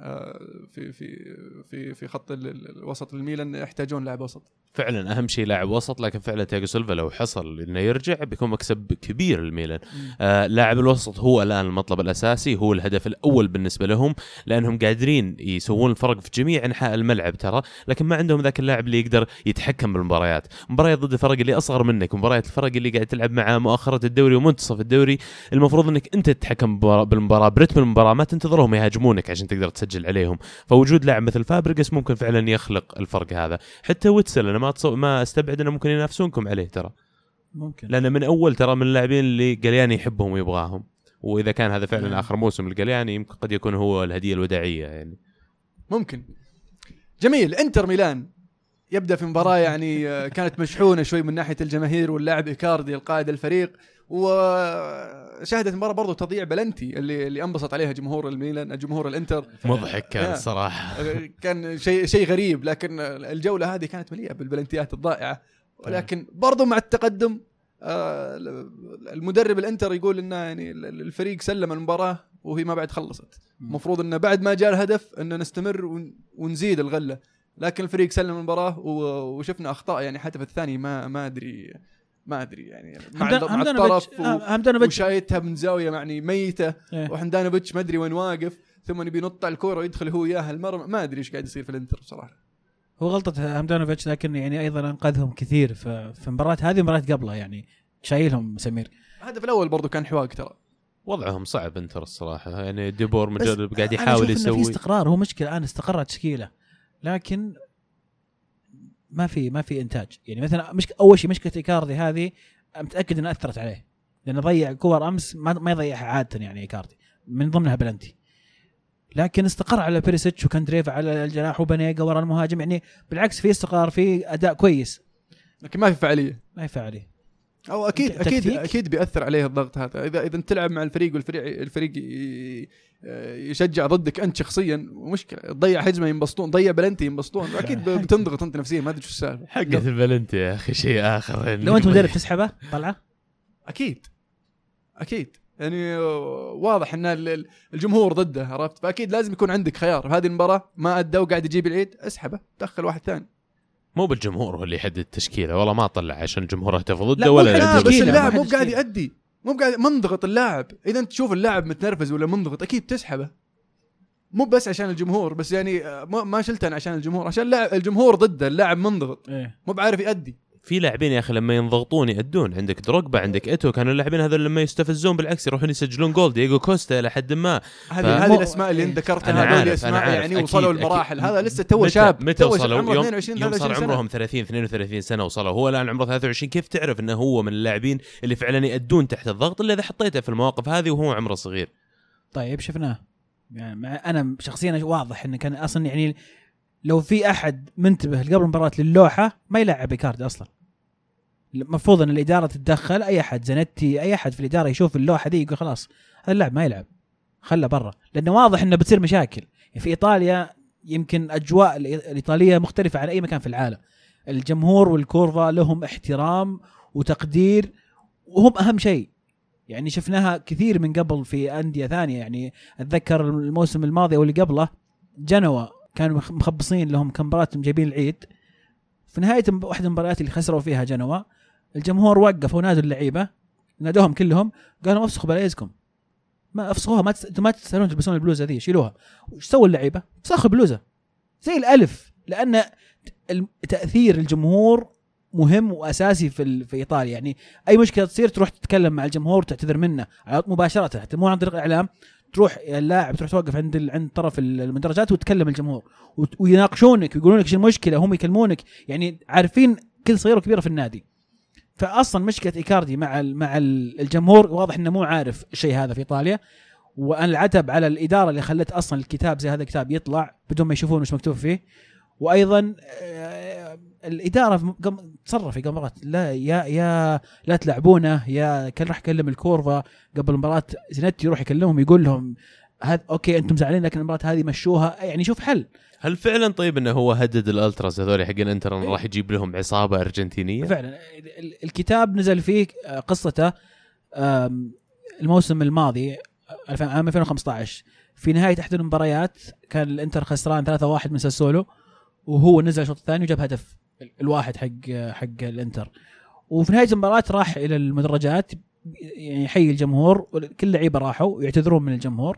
في خط الوسط الميلان يحتاجون لاعب وسط فعلا. اهم شيء لاعب وسط، لكن فعلا تياغو سيلفا لو حصل انه يرجع بيكون مكسب كبير للميلان. لاعب الوسط هو الان المطلب الاساسي، هو الهدف الاول بالنسبه لهم، لانهم قادرين يسوون الفرق في جميع انحاء الملعب ترى، لكن ما عندهم ذاك اللاعب اللي يقدر يتحكم بالمباريات. مباريات ضد الفرق اللي اصغر منك، مباريات الفرق اللي قاعد تلعب مع مؤخره الدوري ومنتصف الدوري، المفروض انك انت تتحكم بالمباراه، برتم المباراه، ما تنتظرهم يهاجمونك عشان تقدر تسجل عليهم. فوجود لاعب مثل فابريجاس ممكن فعلا يخلق الفرق هذا. حتى ويتسل انا ما استبعد انه ممكن ينافسونكم عليه ترى، ممكن، لأنه من أول ترى من اللاعبين اللي قلياني يحبهم ويبغاهم، وإذا كان هذا فعلا آخر موسم لقلياني يمكن قد يكون هو الهدية الوداعية يعني. ممكن. جميل. انتر ميلان يبدأ في مباراة يعني كانت مشحونة شوي من ناحية الجماهير، واللاعب إيكاردي القائد الفريق، وشاهدت مباراة برضو تضيع بلنتي اللي انبسط عليها جمهور الميلان، جمهور الانتر. مضحك كان الصراحة. كان شيء غريب، لكن الجولة هذه كانت مليئة بالبلنتيات الضائعة. ولكن برضو مع التقدم المدرب الانتر يقول انه يعني الفريق سلم المباراة وهي ما بعد خلصت. المفروض انه بعد ما جاء الهدف انه نستمر ونزيد الغلة، لكن الفريق سلم المباراة وشفنا اخطاء يعني حتى في الثاني ما ادري يعني مع الطرف وشايتها من زاويه يعني ميته، وحمدانوفيتش ما ادري وين واقف، ثم نبي ينط على الكوره ويدخل هو اياها المرمى. ما ادري ايش قاعد يصير في الانتر بصراحه. هو غلطه حمدانوفيتش، لكن يعني ايضا انقذهم كثير في مباراه هذه مباراه قبلها، يعني شايلهم سمير. الهدف الاول برضو كان حواق ترى. وضعهم صعب انتر الصراحه، يعني ديبور مجرد قاعد يحاول يسوي. في استقرار، هو مشكله الان استقرت تشكيله، لكن ما في انتاج. يعني مثلا اول شيء مشكله إيكاردي هذه متاكد انها اثرت عليه، لانه ضيع كور امس ما يضيعها عاده يعني إيكاردي، من ضمنها بلنتي. لكن استقر على بيريسيتش وكاندريف على الجناح وبنيجا ورا المهاجم، يعني بالعكس في استقرار، في اداء كويس، لكن ما في فعاليه. او اكيد بيأثر عليه الضغط هذا. اذا انت تلعب مع الفريق يشجع ضدك انت شخصيا، مشكله. تضيع هجمه ينبسطون، ضيع بلنتي ينبسطون، اكيد بتنضغط انت نفسيا. ما ادري شو السالفه حقه البلنتي يا اخي، شيء اخر يعني. لو انت مدرب تسحبه طلعه اكيد يعني واضح ان الجمهور ضده، عرفت؟ فاكيد لازم يكون عندك خيار. في هذه المباراه ما ادى وقاعد يجيب العيد، اسحبه، دخل واحد ثاني. مو بالجمهور هو اللي يحدد التشكيله، والله ما طلع عشان الجمهور اهتف ضده ولا بس اللاعب مو قاعد يؤدي، مو قاعد منضغط اللاعب. اذا انت تشوف اللاعب متنرفز ولا منضغط اكيد تسحبه، مو بس عشان الجمهور بس. يعني ما شلتن عشان الجمهور، عشان الجمهور ضده، اللاعب منضغط مو بعارف يؤدي. في لاعبين يا اخي لما ينضغطون يأدون. عندك دروجبا، عندك ايتو، كانوا اللاعبين هذول لما يستفزون بالعكس يروحون يسجلون جول. دييغو كوستا لحد ما هذه الاسماء اللي انت ذكرتها، هذول اسماء يعني وصلوا المراحل. هذا لسه تو شاب، متى وصلوا؟ عمره 22 يوم صار عمرهم 30 32 سنه وصلوا. هو الان عمره 23. كيف تعرف انه هو من اللاعبين اللي فعلا يأدون تحت الضغط الا اذا حطيته في المواقف هذه وهو عمره صغير؟ طيب شفناه يعني. انا شخصيا واضح انه كان اصلا يعني لو في احد منتبه قبل المباراه للوحه ما يلعب ايكاردي اصلا. المفروض ان الاداره تتدخل، اي احد زنتي اي احد في الاداره يشوف اللوحه دي يقول خلاص هذا اللاعب ما يلعب، خله برا، لانه واضح انه بتصير مشاكل. يعني في ايطاليا يمكن اجواء الايطاليه مختلفه عن اي مكان في العالم. الجمهور والكورفا لهم احترام وتقدير وهم اهم شيء. يعني شفناها كثير من قبل في انديه ثانيه. يعني اتذكر الموسم الماضي او اللي قبله جنوا كانوا مخبصين لهم كم مباراه جايبين العيد. في نهايه واحده المباريات اللي خسروا فيها جنوا الجمهور وقفوا نادوا اللعيبه، نادوهم كلهم قالوا افسخوا بلايزكم، ما افسخوها، ما تستاهلون تلبسون البلوزه ذي، شيلوها. وش سووا اللعيبه؟ فسخوا البلوزه زي الالف، لان تاثير الجمهور مهم واساسي في ايطاليا. يعني اي مشكله تصير تروح تتكلم مع الجمهور وتعتذر منه مباشره، حتى مو عن طريق الاعلام. تروح اللاعب تروح توقف عند طرف المدرجات وتكلم الجمهور ويناقشونك ويقولون لك ايش المشكله، هم يكلمونك، يعني عارفين كل صغيره وكبيره في النادي. فاصلا مشكله ايكاردي مع الجمهور واضح انه مو عارف الشيء هذا في ايطاليا. وان العتب على الاداره اللي خلت اصلا الكتاب زي هذا الكتاب يطلع بدون ما يشوفون ايش مكتوب فيه. وايضا الاداره تصرف في مباراه لا تلعبونه، يا كان راح يكلم الكورفا قبل المباراه، زينتي يروح يكلمهم يقول لهم هذا اوكي انتم زعلانين لكن المباراه هذه مشوها، يعني شوف حل. هل فعلا طيب انه هو هدد الالتراس هذول حق الانتر انه راح يجيب لهم عصابه ارجنتينيه؟ فعلا الكتاب نزل فيه قصته الموسم الماضي 2015 في نهايه احد المباريات كان الانتر خسران 3-1 من ساسولو، وهو نزل الشوط الثاني وجاب هدف الواحد حق الانتر. وفي نهايه المباراه راح الى المدرجات يعني يحيي الجمهور، كل لعيبه راحوا يعتذرون من الجمهور.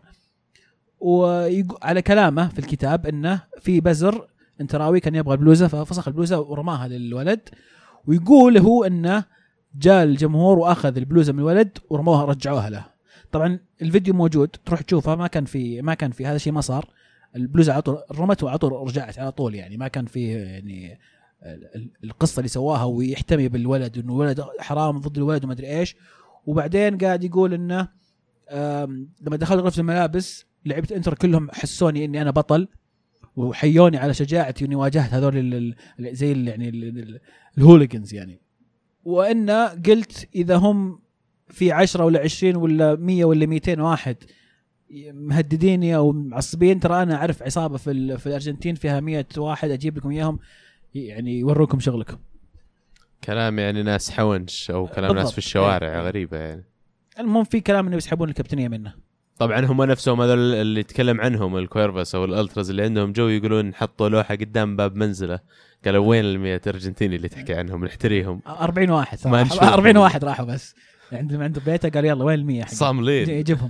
وعلى كلامه في الكتاب انه في بزر انتراوي كان يبغى البلوزه ففسخ البلوزه ورماها للولد، ويقول هو انه جاء الجمهور واخذ البلوزه من الولد ورموها رجعوها له. طبعا الفيديو موجود تروح تشوفه، ما كان في هذا الشيء، ما صار. البلوزه على طول رمت وعلى طول رجعت على طول، يعني ما كان فيه يعني القصه اللي سواها ويحتمي بالولد انه الولد حرام ضد الولد وما ادري ايش. وبعدين قاعد يقول انه لما دخلت غرفه الملابس لعبت انتر كلهم حسوني اني انا بطل وحيوني على شجاعتي اني واجهت هذول زي يعني الهوليجنز يعني. وان قلت اذا هم في 10 ولا 20 ولا 100 ولا 200 واحد مهدديني او معصبين، ترى انا اعرف عصابه في الارجنتين فيها 100 واحد اجيب لكم اياهم يعني يوروكم شغلكم. كلام يعني ناس حونش او كلام بالضبط. ناس في الشوارع غريبه يعني. المهم في كلام انه بيسحبون الكابتنيه منه. طبعا هم نفسهم هذول اللي يتكلم عنهم الكويرفاس او الالتراز اللي عندهم جو يقولون حطوا لوحه قدام باب منزله قالوا وين ال100 ارجنتيني اللي تحكي عنهم نحتريهم. 40 واحد 40 واحد راحوا بس عند بيته قال يلا وين ال100 صاملين يجيبهم.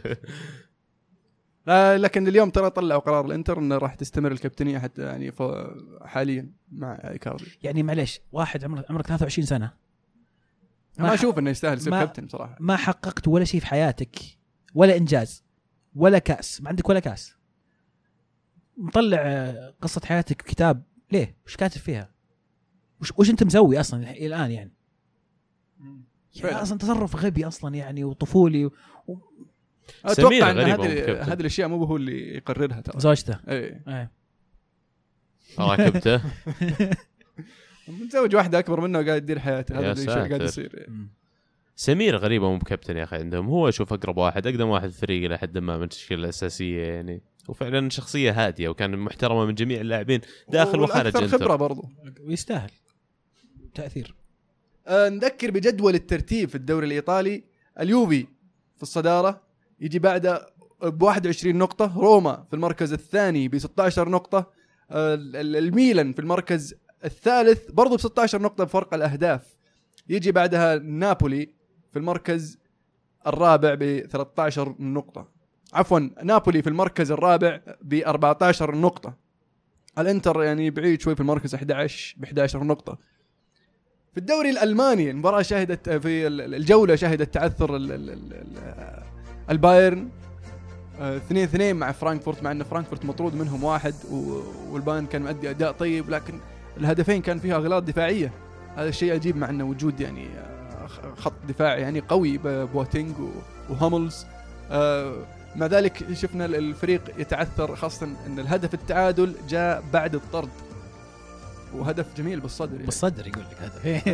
لكن اليوم ترى طلعوا قرار الانتر انه راح تستمر الكابتنيه حتى يعني حاليا مع ايكاردي. يعني معليش واحد عمرك 23 سنه ما اشوف انه يستاهل يصير كابتن بصراحه. ما حققت ولا شيء في حياتك، ولا انجاز ولا كاس، ما عندك ولا كاس. مطلع قصه حياتك كتاب ليه؟ وش كاتب فيها؟ وش انت مسوي اصلا الان يعني اصلا تصرف غبي اصلا يعني وطفولي اتوقع ان هذه الاشياء مو هو اللي يقررها ترى زوجته. اي راكبته متزوج واحده اكبر منه وقاعد يدير حياته. هذا الشيء قاعد يصير. سمير غريبه مو بكابتن يا اخي عندهم، هو اشوف اقرب واحد اقدم واحد في الفريق لحد ما من التشكيله الاساسيه يعني، وفعلا شخصيه هاديه وكان محترمه من جميع اللاعبين داخل وخارج انتر. خبره برضو ويستاهل تاثير. نذكر بجدول الترتيب في الدوري الايطالي. اليوفي في الصداره يجي بعده ب21 نقطه، روما في المركز الثاني ب16 نقطه، الميلان في المركز الثالث برضو ب16 نقطه بفرق الاهداف. يجي بعدها نابولي في المركز الرابع ب13 نقطة. عفوا نابولي في المركز الرابع ب14 نقطة. الانتر يعني بعيد شوي في المركز 11 ب11 نقطة. في الدوري الألماني المباراة شهدت في الجولة شهدت تعثر البايرن 2-2 مع فرانكفورت، مع أن فرانكفورت مطرود منهم 1 والبايرن كان مؤدي أداء طيب، لكن الهدفين كان فيها أغلاط دفاعية. هذا الشيء عجيب مع أنه وجود يعني خط دفاع يعني قوي بواتينج وهاملز. مع ذلك شفنا الفريق يتعثر، خاصة أن الهدف التعادل جاء بعد الطرد، وهدف جميل بالصدر يقول لك هدف.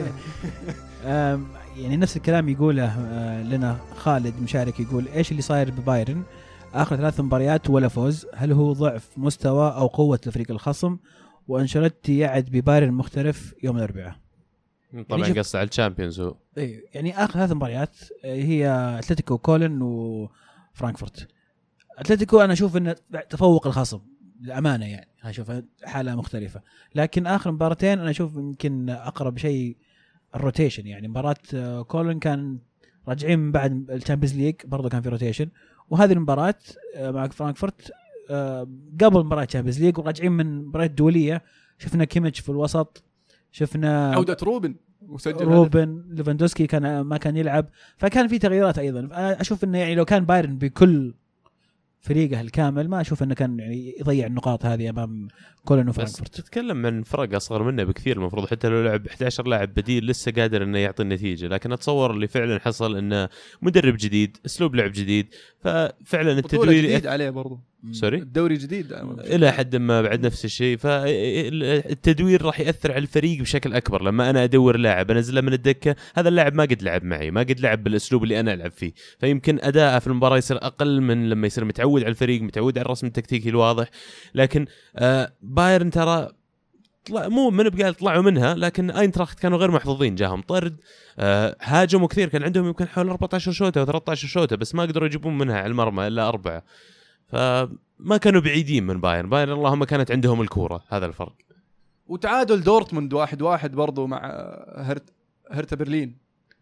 يعني نفس الكلام يقوله لنا خالد مشارك، يقول ايش اللي صاير ببايرن اخر 3 مباريات ولا فوز؟ هل هو ضعف مستوى او قوة الفريق الخصم؟ وانشيلوتي يعد ببايرن مختلف يوم الاربعاء. طبعا يعني قصة على الشامبيونز هو يعني اخر 3 مباريات هي اتلتيكو كولن وفرانكفورت. اتلتيكو انا اشوف انه تفوق الخصم للأمانة، يعني أشوف حالة مختلفة، لكن آخر مباراتين أنا أشوف يمكن أقرب شيء الروتيشن. يعني مباراة كولن كان راجعين من بعد الشامبيونز ليج برضو كان في روتيشن، وهذه المباراة مع فرانكفورت قبل مباراة الشامبيونز ليج وراجعين من مباراة دولية. شفنا كيميتش في الوسط، شفنا عودة روبن ليفاندوسكي كان ما كان يلعب، فكان في تغييرات أيضا. أنا أشوف إنه يعني لو كان بايرن بكل فريقه الكامل ما أشوف أنه كان يعني يضيع النقاط هذه أمام كولن وفرانكفورت. تتكلم عن فرق أصغر منه بكثير، المفروض حتى لو لعب 11 لاعب بديل لسه قادر أنه يعطي النتيجة، لكن أتصور اللي فعلا حصل أنه مدرب جديد، أسلوب لعب جديد، ففعلا التدوير جديد عليه برضو. سوري الدوري جديد إلى حد ما بعد نفس الشيء، فالتدوير راح يأثر على الفريق بشكل أكبر. لما أنا أدور لاعب أنزله من الدكة، هذا اللاعب ما قد لعب معي، ما قد لعب بالأسلوب اللي أنا ألعب فيه، فيمكن أداءه في المباراة يصير أقل من لما يصير متعود على الفريق، متعود على الرسم التكتيكي الواضح. لكن بايرن ترى مو من بقال طلعوا منها، لكن اينتراخت كانوا غير محظوظين، جاهم طرد، هاجموا كثير، كان عندهم يمكن حول 14 شوطة و 13 شوطة، بس ما قدروا يجيبون منها على المرمى إلا 4، فما كانوا بعيدين من بايرن اللهم كانت عندهم الكورة، هذا الفرق. وتعادل دورتموند 1-1 برضو مع هرتا برلين.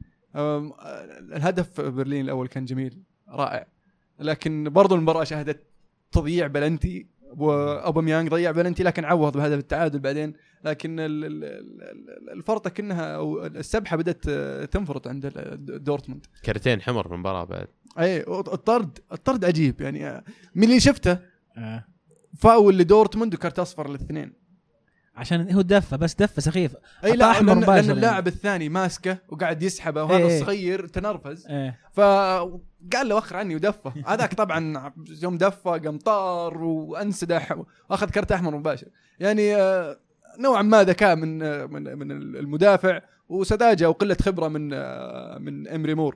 الهدف برلين الأول كان جميل رائع، لكن برضو المباراة شهدت تضييع بلنتي، وأوباميانغ ضيع بلنتي لكن عوض بهدف التعادل بعدين. لكن الفرطة كأنها أو السبحة بدأت تنفرط عند دورتموند. كرتين حمر في المباراة بعد. أي الطرد عجيب يعني، من اللي شفته فاول لدورتموند وكارت أصفر للاثنين، عشان هو دفة سخيف. أي لا، لأن اللاعب الثاني ماسكه وقاعد يسحبه، وهذا الصغير تنرفز، فقال له وخر عني ودفه. هذاك طبعا يوم دفه قام طار وانسدح واخذ كرت احمر مباشر. يعني نوعا ما ذكاء من المدافع وسذاجه وقله خبره من إمري مور.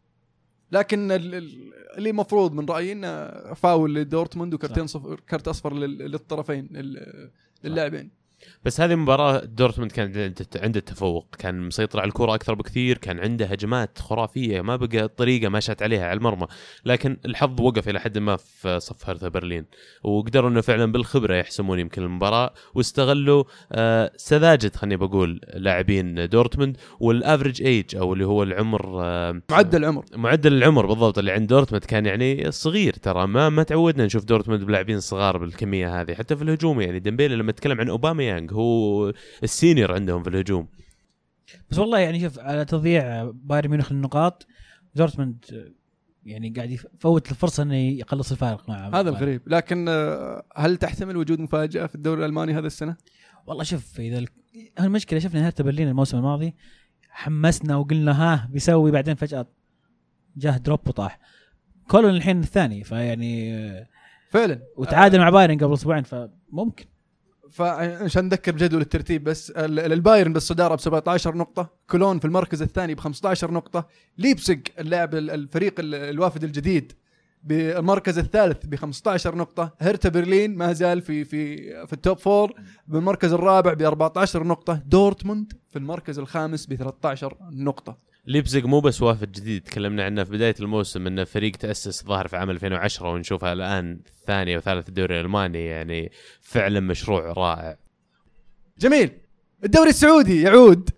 لكن اللي مفروض من رايي انه فاول لدورتموند وكرتين كرت اصفر للطرفين للاعبين. بس هذه مباراة دورتموند كان عنده التفوق، كان مسيطر على الكرة أكثر بكثير، كان عنده هجمات خرافية ما بقى الطريقة ما شات عليها على المرمى، لكن الحظ وقف إلى حد ما في صف هرتا برلين، وقدروا إنه فعلا بالخبرة يحسمون يمكن المباراة، واستغلوا سذاجة خلني بقول لاعبين دورتموند والافريج ايج أو اللي هو العمر، معدل العمر بالضبط اللي عند دورتموند كان يعني صغير. ترى ما تعودنا نشوف دورتموند بلاعبين صغار بالكمية هذه، حتى في الهجوم. يعني ديمبيلي لما تكلم عن أوباميانغ هو السينيور عندهم في الهجوم. بس والله يعني شوف على تضييع بايرن ميونخ النقاط، دورتموند يعني قاعد يفوت الفرصة انه يقلص الفارق مع هذا الغريب. لكن هل تحتمل وجود مفاجأة في الدوري الألماني هذا السنة؟ والله شوف، إذا المشكلة شفنا هرتا برلين الموسم الماضي حمسنا وقلنا بيسوي، بعدين فجأة جاه دروب وطاح. كولن الحين الثاني، فيعني فعلا وتعادل مع بايرن قبل أسبوعين، فممكن. فعشان نذكر بجدول الترتيب بس، البايرن بالصدارة ب17 نقطة، كولون في المركز الثاني ب15 نقطة، ليبسج اللاعب الفريق الوافد الجديد بالمركز الثالث ب15 نقطة، هرتا برلين ما زال في التوب 4 بالمركز الرابع ب14 نقطة، دورتموند في المركز الخامس ب13 نقطة. ليبزيغ مو بس وافد جديد تكلمنا عنه في بداية الموسم، انه فريق تأسس ظاهر في عام 2010 ونشوفها الآن ثاني وثالث الدوري الألماني، يعني فعلا مشروع رائع. جميل. الدوري السعودي يعود،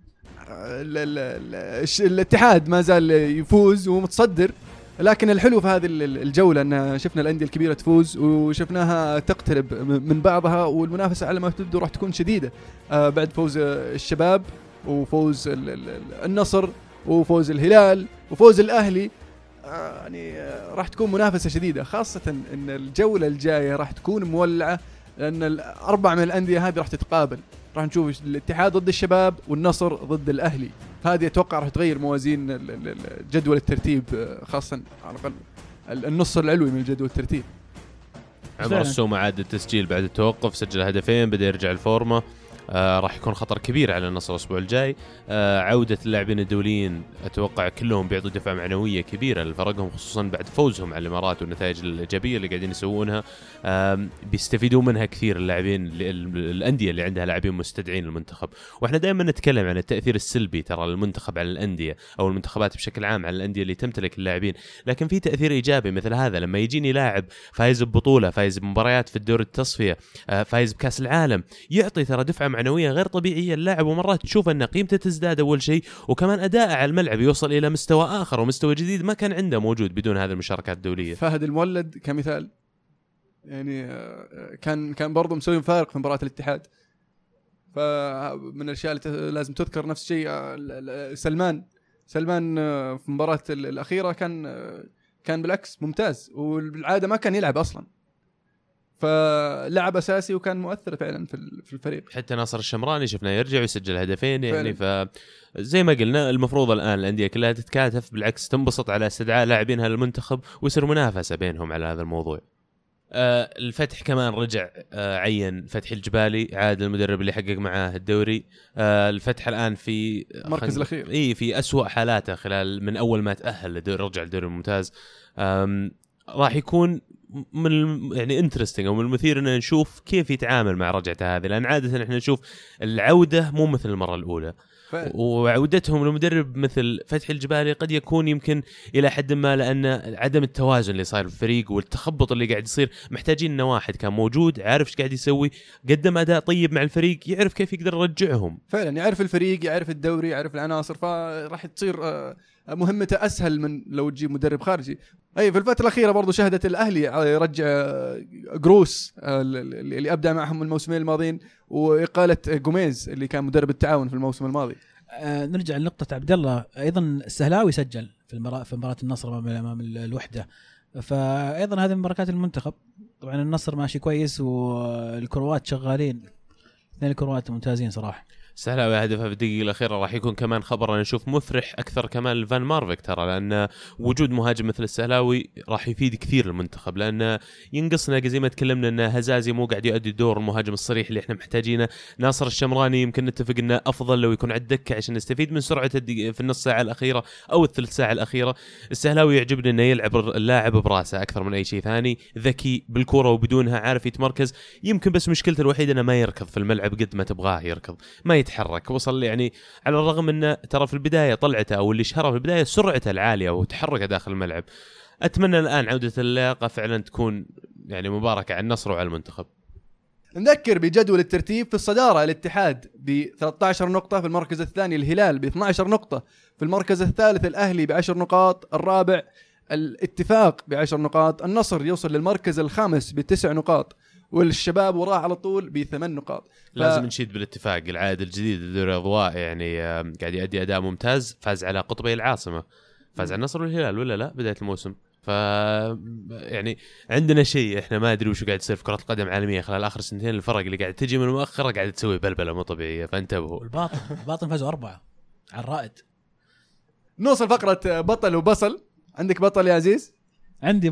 الاتحاد ما زال يفوز ومتصدر، لكن الحلو في هذه الجولة أن شفنا الأندية الكبيرة تفوز وشفناها تقترب من بعضها، والمنافسة على ما تبدو راح تكون شديدة بعد فوز الشباب وفوز النصر وفوز الهلال وفوز الأهلي، يعني راح تكون منافسة شديدة، خاصة أن الجولة الجاية راح تكون مولعة، لأن الأربع من الأندية هذه راح تتقابل. راح نشوف الاتحاد ضد الشباب والنصر ضد الأهلي. هذه أتوقع راح تغير موازين جدول الترتيب، خاصة على الأقل النص العلوي من جدول الترتيب. عمر السومة عاد التسجيل بعد التوقف، سجل هدفين، بدأ يرجع الفورمة. راح يكون خطر كبير على النصر الأسبوع الجاي. عودة اللاعبين الدوليين أتوقع كلهم بيعطوا دفعة معنوية كبيرة لفرقهم، خصوصا بعد فوزهم على الإمارات والنتائج الإيجابية اللي قاعدين يسوونها. بيستفيدوا منها كثير اللاعبين، الأندية اللي عندها لاعبين مستدعين المنتخب. وإحنا دائما نتكلم عن التأثير السلبي ترى المنتخب على الأندية أو المنتخبات بشكل عام على الأندية اللي تمتلك اللاعبين، لكن في تأثير إيجابي مثل هذا لما يجيني لاعب فايز ببطولة، فايز بمباريات في الدور التصفية، فايز بكأس العالم، يعطي ترى دفعة معنوية غير طبيعية اللاعب، ومرات تشوف أن قيمته تزداد أول شيء، وكمان أداءه على الملعب يوصل إلى مستوى آخر ومستوى جديد ما كان عنده موجود بدون هذه المشاركات الدولية. فهد المولد كمثال يعني كان برضو مسوي فارق في مباراة الاتحاد. فمن الأشياء اللي لازم تذكر نفس الشيء سلمان في مباراة الأخيرة كان بالعكس ممتاز، والعادة ما كان يلعب أصلا، فلعب أساسي وكان مؤثر فعلا في الفريق. حتى ناصر الشمراني شفناه يرجع ويسجل هدفين يعني. فزي ما قلنا المفروض الآن الأندية كلها تتكاتف، بالعكس تنبسط على استدعاء لاعبينها للمنتخب ويصير منافسة بينهم على هذا الموضوع. الفتح كمان رجع، عين فتحي الجبالي عاد المدرب اللي حقق معاه الدوري. الفتح الآن في المركز الأخير، في أسوأ حالاته خلال من أول ما تأهل لدوري، رجع الدوري الممتاز. راح يكون من يعني انترستينج او من المثير ان نشوف كيف يتعامل مع رجعته هذه، لان عاده احنا نشوف العوده مو مثل المره الاولى، وعودتهم لمدرب مثل فتحي الجبالي قد يكون يمكن الى حد ما لان عدم التوازن اللي صاير في الفريق والتخبط اللي قاعد يصير، محتاجين ان واحد كان موجود عارف ايش قاعد يسوي، قدم اداء طيب مع الفريق، يعرف كيف يقدر يرجعهم فعلا، يعرف الفريق، يعرف الدوري، يعرف العناصر، فراح تصير مهمته اسهل من لو تجيب مدرب خارجي. اي في الفتره الاخيره برضو شهدت الاهلي يرجع جروس اللي ابدع معهم الموسمين الماضيين، واقاله جوميز اللي كان مدرب التعاون في الموسم الماضي. نرجع لنقطه عبد الله، ايضا السهلاوي سجل في مباراه النصر امام الوحده، فايضا هذه من بركات المنتخب. طبعا النصر ماشي كويس والكروات شغالين، اثنين الكروات ممتازين صراحه. سهلاوي هدفها في الدقيقة الأخيرة راح يكون كمان خبر أنا أشوف مفرح أكثر كمان لفان مارفيك ترى، لأن وجود مهاجم مثل السهلاوي راح يفيد كثير المنتخب، لأن ينقصنا زي ما تكلمنا أن هزازي مو قاعد يؤدي دور المهاجم الصريح اللي إحنا محتاجينه. ناصر الشمراني يمكن نتفق أنه أفضل لو يكون على الدكة عشان نستفيد من سرعة في النص ساعة الأخيرة أو الثلث ساعة الأخيرة. السهلاوي يعجبني أنه يلعب اللاعب براسه أكثر من أي شيء ثاني، ذكي بالكرة وبدونها، عارف يتمركز. يمكن بس مشكلته الوحيدة أنه ما يركض في الملعب قد ما تبغاه يركض، ما يتحرك. وصل يعني على الرغم انه ترى في البدايه طلعته او اللي شهره في البدايه سرعته العاليه وتحركه داخل الملعب. اتمنى الان عوده اللياقه فعلا تكون يعني مباركه على النصر وعلى المنتخب. نذكر بجدول الترتيب: في الصداره الاتحاد ب 13 نقطه، في المركز الثاني الهلال ب 12 نقطه، في المركز الثالث الاهلي ب10 نقاط، الرابع الاتفاق ب10 نقاط، النصر يوصل للمركز الخامس ب9 نقاط، والشباب وراه على طول ب8 نقاط. لازم نشيد بالاتفاق العائد الجديد لدوري الأضواء، يعني قاعد يؤدي أداء ممتاز، فاز على قطبي العاصمة، فاز على النصر والهلال ولا لا بداية الموسم. يعني عندنا شيء احنا ما ادري وش قاعد يصير في كرة القدم عالمية خلال آخر سنتين. الفرق اللي قاعد تجي من مؤخرة قاعد تسوي بلبلة مو طبيعية، فانتبهوا. الباطن فازوا 4 على الرائد. نوصل فقرة بطل وبصل. عندك بطل يا عزيز؟ عندي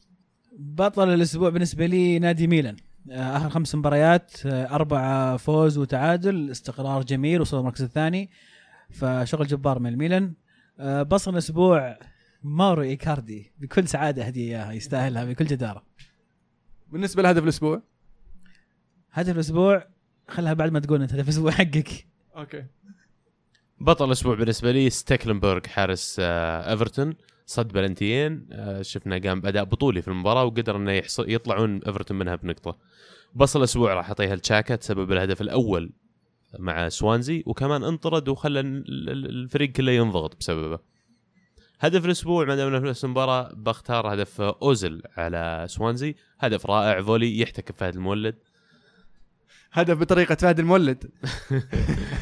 بطل الأسبوع بالنسبة لي نادي ميلان. آخر 5 مباريات 4 فوز وتعادل، استقرار جميل، وصل المركز الثاني، فشغل جبار من الميلان. بصل الأسبوع ماورو إيكاردي، بكل سعادة هدية يستاهلها بكل جدارة. بالنسبة لهدف الأسبوع، هدف الأسبوع خلها بعد ما تقول أنت هدف الأسبوع حقك. أوكي. بطل الأسبوع بالنسبة لي ستيكلنبرغ حارس إيفرتون، صد بلنتيين، شفنا قام بأداء بطولي في المباراة وقدر انه يطلعون ايفرتون منها بنقطة. بصل الاسبوع راح اعطيها لتشاكا تسبب الهدف الاول مع سوانزي، وكمان انطرد وخلى الفريق كله ينضغط بسببه. هدف الاسبوع ما دامنا في نفس المباراة بختار هدف اوزل على سوانزي، هدف رائع، فولي يحتكب فهد المولد. هدف بطريقة فهد المولد.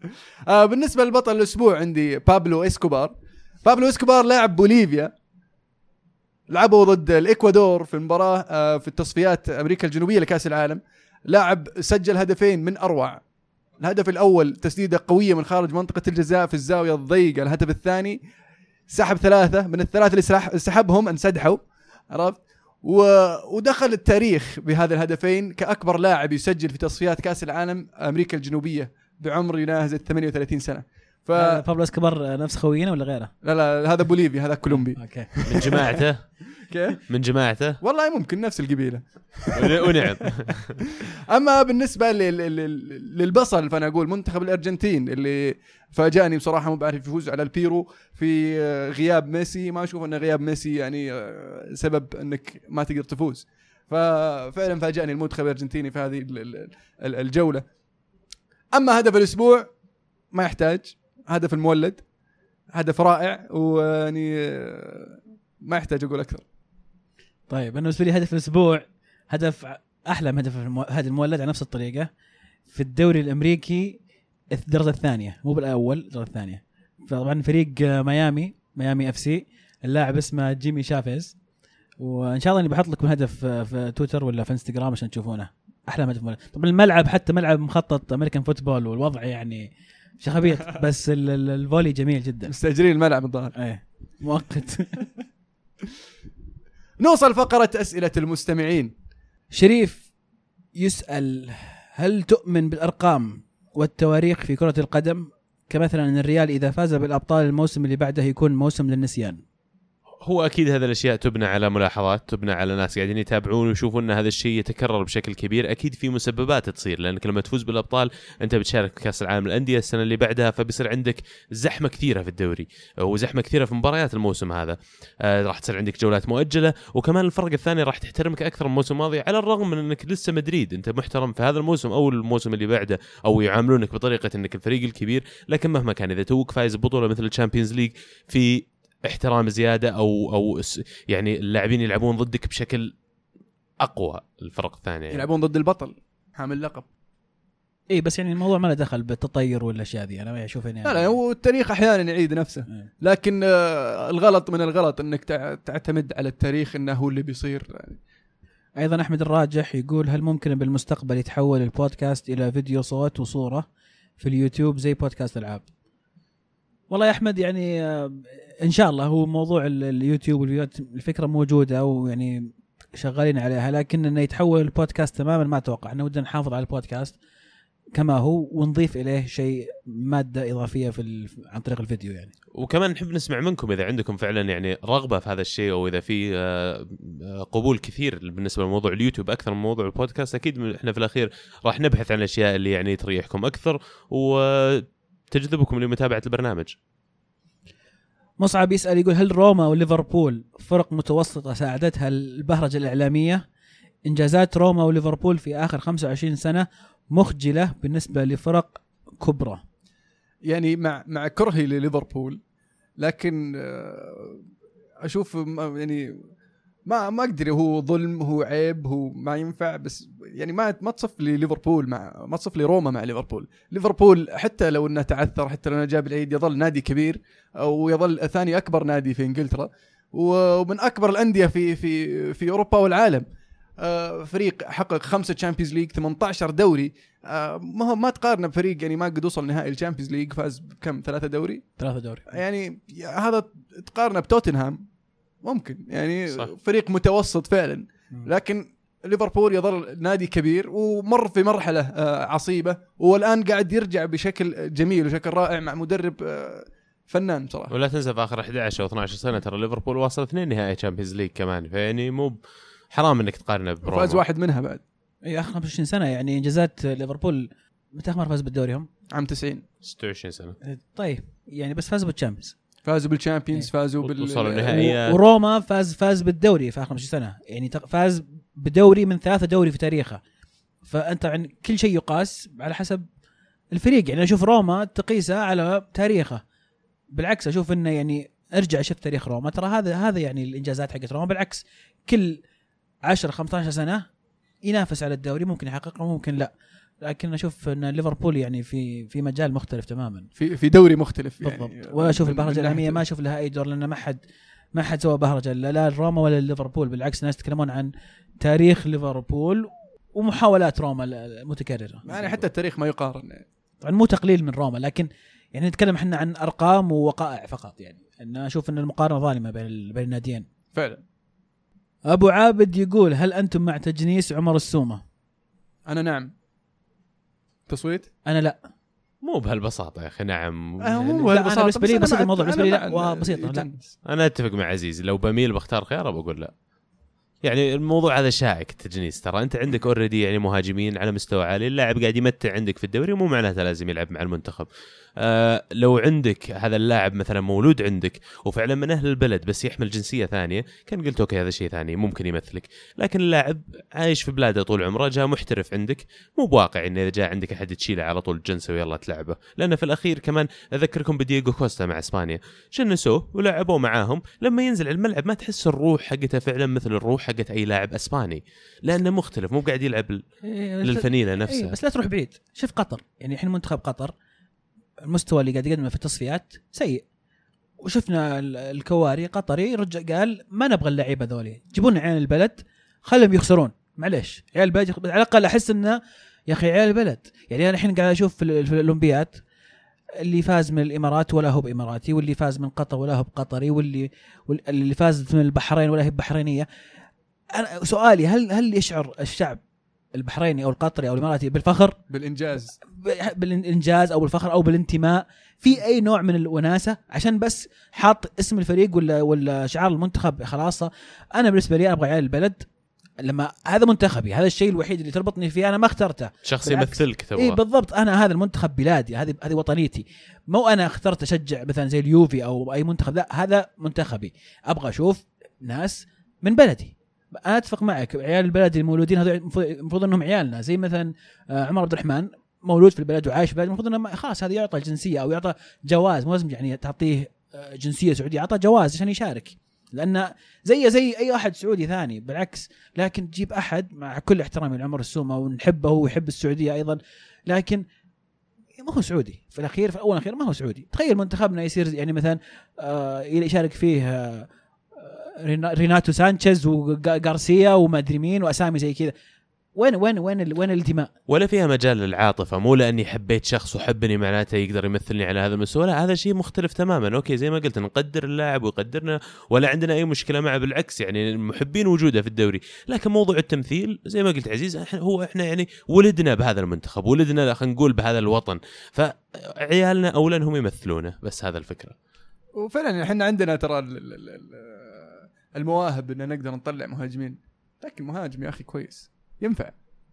بالنسبه للبطل الاسبوع عندي بابلو اسكوبار لاعب بوليفيا، لعبوا ضد الاكوادور في المباراه في التصفيات امريكا الجنوبيه لكاس العالم. لاعب سجل هدفين من اروع. الهدف الاول تسديده قويه من خارج منطقه الجزاء في الزاويه الضيقه. الهدف الثاني سحب 3 من الثلاثه اللي سحبهم انسدحوا، عرفت، ودخل التاريخ بهذا الهدفين كأكبر لاعب يسجل في تصفيات كأس العالم أمريكا الجنوبية بعمر يناهز 38 سنة. بابلو اسكوبار نفس خوينا ولا غيره؟ لا هذا بوليفي، هذا كولومبي. اوكي. من جماعته. كيف؟ من جماعته والله ممكن نفس القبيلة. ونعم. أما بالنسبة للبصل فأنا أقول منتخب الأرجنتين اللي فاجأني بصراحة، مو بعرف يفوز على البيرو في غياب ميسي. ما أشوف أن غياب ميسي يعني سبب أنك ما تقدر تفوز، ففعلا فاجأني المنتخب الأرجنتيني في هذه الجولة. أما هدف الأسبوع ما يحتاج، هدف المولد، هدف رائع، ويعني ما يحتاج أقول أكثر. طيب أنا بالنسبة لي هدف الأسبوع هدف أحلى من هدف هذا المولد على نفس الطريقة في الدوري الأمريكي الدرجة الثانية، مو بالأول، الدرجة الثانية. طبعا فريق ميامي اف سي، اللاعب اسمه جيمي شافيز، وإن شاء الله إني بحط لكم هدف في تويتر ولا في انستغرام عشان تشوفونه. أحلى هدف مولد. طبعا الملعب حتى ملعب مخطط أمريكان فوتبول، والوضع يعني شخبيط، بس الفولي جميل جدا. مستأجرين الملعب الظاهر. ايه مؤقت. نوصل فقرة أسئلة المستمعين. شريف يسأل: هل تؤمن بالأرقام والتواريخ في كرة القدم؟ كمثلا أن الريال إذا فاز بالأبطال الموسم اللي بعده يكون موسم للنسيان. هو أكيد هذا الأشياء تبنى على ملاحظات، تبنى على ناس قاعدين يتابعون ويشوفون أن هذا الشيء يتكرر بشكل كبير. أكيد في مسببات تصير، لأنك لما تفوز بالأبطال أنت بتشارك في كأس العالم الأندية السنة اللي بعدها، فبيصير عندك زحمة كثيرة في الدوري وزحمة كثيرة في مباريات الموسم هذا. راح تصير عندك جولات مؤجلة، وكمان الفرق الثاني راح تحترمك أكثر من الموسم الماضي، على الرغم من أنك لسه مدريد أنت محترم في هذا الموسم أو الموسم اللي بعده، أو يعاملونك بطريقة أنك الفريق الكبير. لكن مهما كان إذا توك فايز بطولة مثل الشامبيونز ليج في احترام زيادة أو يعني اللاعبين يلعبون ضدك بشكل أقوى، الفرق الثانية يعني. يلعبون ضد البطل حامل لقب. إيه بس يعني الموضوع ما له دخل بالتطير والأشياء دي، أنا أشوف يعني لا هو التاريخ أحيانا يعيد نفسه. لكن الغلط من الغلط أنك تعتمد على التاريخ أنه هو اللي بيصير يعني. أيضا أحمد الراجح يقول: هل ممكن بالمستقبل يتحول البودكاست إلى فيديو صوت وصورة في اليوتيوب زي بودكاست العاب؟ والله يا أحمد يعني إن شاء الله هو موضوع اليوتيوب والفيديوهات الفكرة موجودة ويعني شغالين عليها، لكن إنه يتحول البودكاست تماما ما أتوقع. إحنا ودنا نحافظ على البودكاست كما هو ونضيف إليه شيء مادة إضافية عن طريق الفيديو يعني. وكمان نحب نسمع منكم إذا عندكم فعلا يعني رغبة في هذا الشيء، أو إذا في قبول كثير بالنسبة لموضوع اليوتيوب أكثر من موضوع البودكاست. أكيد إحنا في الأخير راح نبحث عن الأشياء اللي يعني تريحكم أكثر وتجذبكم لمتابعة البرنامج. مصعب يسأل يقول: هل روما وليفربول فرق متوسطة ساعدتها البهرجة الإعلامية؟ إنجازات روما وليفربول في آخر 25 سنة مخجلة بالنسبة لفرق كبرى. يعني مع كرهي لليفربول، لكن أشوف يعني ما أقدر، هو ظلم، هو عيب، هو ما ينفع. بس يعني ما تصف لي ليفربول ما تصف لي روما مع ليفربول حتى لو انه تعثر، حتى لو انه جاب العيد، يظل نادي كبير او يظل ثاني اكبر نادي في انجلترا ومن اكبر الانديه في اوروبا والعالم. فريق حقق 5 تشامبيونز ليج، 18 دوري. ما تقارن بفريق يعني ما قد وصل نهائي الشامبيونز ليج، فاز بكم 3 دوري يعني. هذا تقارنه بتوتنهام ممكن يعني صح. فريق متوسط فعلا، لكن ليفربول يظل نادي كبير ومر في مرحلة عصيبة، والآن قاعد يرجع بشكل جميل وشكل رائع مع مدرب فنان صراحة. ولا تنسى في آخر 11 أو 12 سنة ترى ليفربول واصل 2 نهائي تشامبيونز ليج كمان، فيعني مو حرام انك تقارنه بروما. فاز واحد منها بعد. اي اخر 25 سنة يعني انجازات ليفربول. متى اخر فاز بالدوري هم؟ عام 90. 26 سنة. طيب يعني بس فازوا بالتشامبيونز، فازوا بالشامبيونز، فازوا وصلوا النهائيات. وروما فاز بالدوري في آخر 25 سنة، يعني فاز بدوري من 3 دوري في تاريخه. فأنت يعني كل شيء يقاس على حسب الفريق. يعني أشوف روما تقيسها على تاريخه، بالعكس أشوف إنه يعني أرجع شوف تاريخ روما، ترى هذا يعني الإنجازات حقت روما. بالعكس كل 10-15 سنة ينافس على الدوري، ممكن يحققه ممكن لا. لكن اشوف ان ليفربول يعني في مجال مختلف تماما، في دوري مختلف بالضبط. يعني. واشوف البهرجه العالميه ما اشوف لها اي دور، لان ما حد سوى بهرجه لا روما ولا ليفربول. بالعكس الناس يتكلمون عن تاريخ ليفربول ومحاولات روما المتكرره، يعني حتى التاريخ ما يقارن. طبعا مو تقليل من روما، لكن يعني نتكلم احنا عن ارقام ووقائع فقط. يعني انا اشوف ان المقارنه ظالمه بين الناديين فعلا. ابو عابد يقول هل انتم مع تجنيس عمر السومه؟ انا نعم. تصويت؟ انا لا. مو بهالبساطه يا اخي. نعم مو لا، بهالبساطة، انا بالنسبه لي بس بسيط الموضوع، بالنسبه لي أنا لا بسيطه. لا انا اتفق مع عزيز، لو بميل بختار خيار بقول لا. يعني الموضوع هذا شائك التجنيس، ترى انت عندك اوريدي يعني مهاجمين على مستوى عالي، اللاعب قاعد يمتع عندك في الدوري مو معناته لازم يلعب مع المنتخب. لو عندك هذا اللاعب مثلا مولود عندك وفعلا من اهل البلد بس يحمل جنسيه ثانيه، كان قلت اوكي هذا شيء ثاني ممكن يمثلك. لكن اللاعب عايش في بلاده طول عمره، جاء محترف عندك، مو بواقع انه اذا جاء عندك احد تشيله على طول جنسه ويلا تلعبه. لان في الاخير كمان اذكركم بدييغو كوستا مع اسبانيا، جنسوه ولعبوه معاهم، لما ينزل على الملعب ما تحس الروح حقته فعلا مثل الروح حقت اي لاعب اسباني، لانه مختلف، مو قاعد يلعب للفنيله نفسها. بس لا تروح بعيد، شوف قطر، يعني الحين منتخب قطر المستوى اللي قاعد يقدمه في التصفيات سيء، وشفنا الكواري قطري رجع قال ما نبغى اللعيبه ذولي، جيبون عيال البلد خلهم يخسرون، معليش عيال البلد على الاقل احس انه يا اخي عيال البلد. يعني انا الحين قاعد اشوف في الاولمبياد اللي فاز من الامارات ولا هو باماراتي، واللي فاز من قطر ولا هو بقطري، واللي فاز من البحرين ولا هي بحرينيه. انا سؤالي هل يشعر الشعب البحريني او القطري او الاماراتي بالفخر، بالانجاز او بالفخر او بالانتماء، في اي نوع من الوناسه عشان بس حاط اسم الفريق ولا شعار المنتخب؟ خلاص انا بالنسبه لي ابغى عيال البلد، لما هذا منتخبي، هذا الشيء الوحيد اللي تربطني فيه، انا ما اخترته شخص يمثلك تبغى. اي بالضبط، انا هذا المنتخب بلادي، هذه وطنيتي، مو انا اخترت اشجع مثلا زي اليوفي او اي منتخب، لا هذا منتخبي، ابغى اشوف ناس من بلدي. انا اتفق معك، عيال البلد المولودين هذول المفروض انهم عيالنا، زي مثلا عمر عبد الرحمن مولود في البلد وعايش في البلد، المفروض انه خلاص هذا يعطى الجنسيه او يعطى جواز، مو لازم يعني تعطيه جنسيه سعوديه، يعطى جواز عشان يشارك، لان زي اي واحد سعودي ثاني بالعكس. لكن تجيب احد، مع كل احترامي لعمر السومه ونحبه ويحب السعوديه ايضا، لكن ما هو سعودي في الاخير، في الاول والاخير ما هو سعودي. تخيل منتخبنا يصير يعني مثلا يشارك فيه ريناتو سانشيز وغارسيا وما ادري مين واسامي زي كذا، وين الانتماء؟ ولا فيها مجال للعاطفه، مو لاني حبيت شخص وحبني معناته يقدر يمثلني على هذا المستوى، لا هذا شيء مختلف تماما. اوكي زي ما قلت نقدر اللاعب ويقدرنا ولا عندنا اي مشكله معه، بالعكس يعني محبين وجوده في الدوري، لكن موضوع التمثيل زي ما قلت عزيز، هو احنا يعني ولدنا بهذا المنتخب، ولدنا خلينا نقول بهذا الوطن، فعيالنا اولا هم يمثلونه، بس هذا الفكره. وفعلا احنا عندنا ترى المواهب ان نقدر نطلع مهاجمين، لكن مهاجم يا اخي كويس ينفع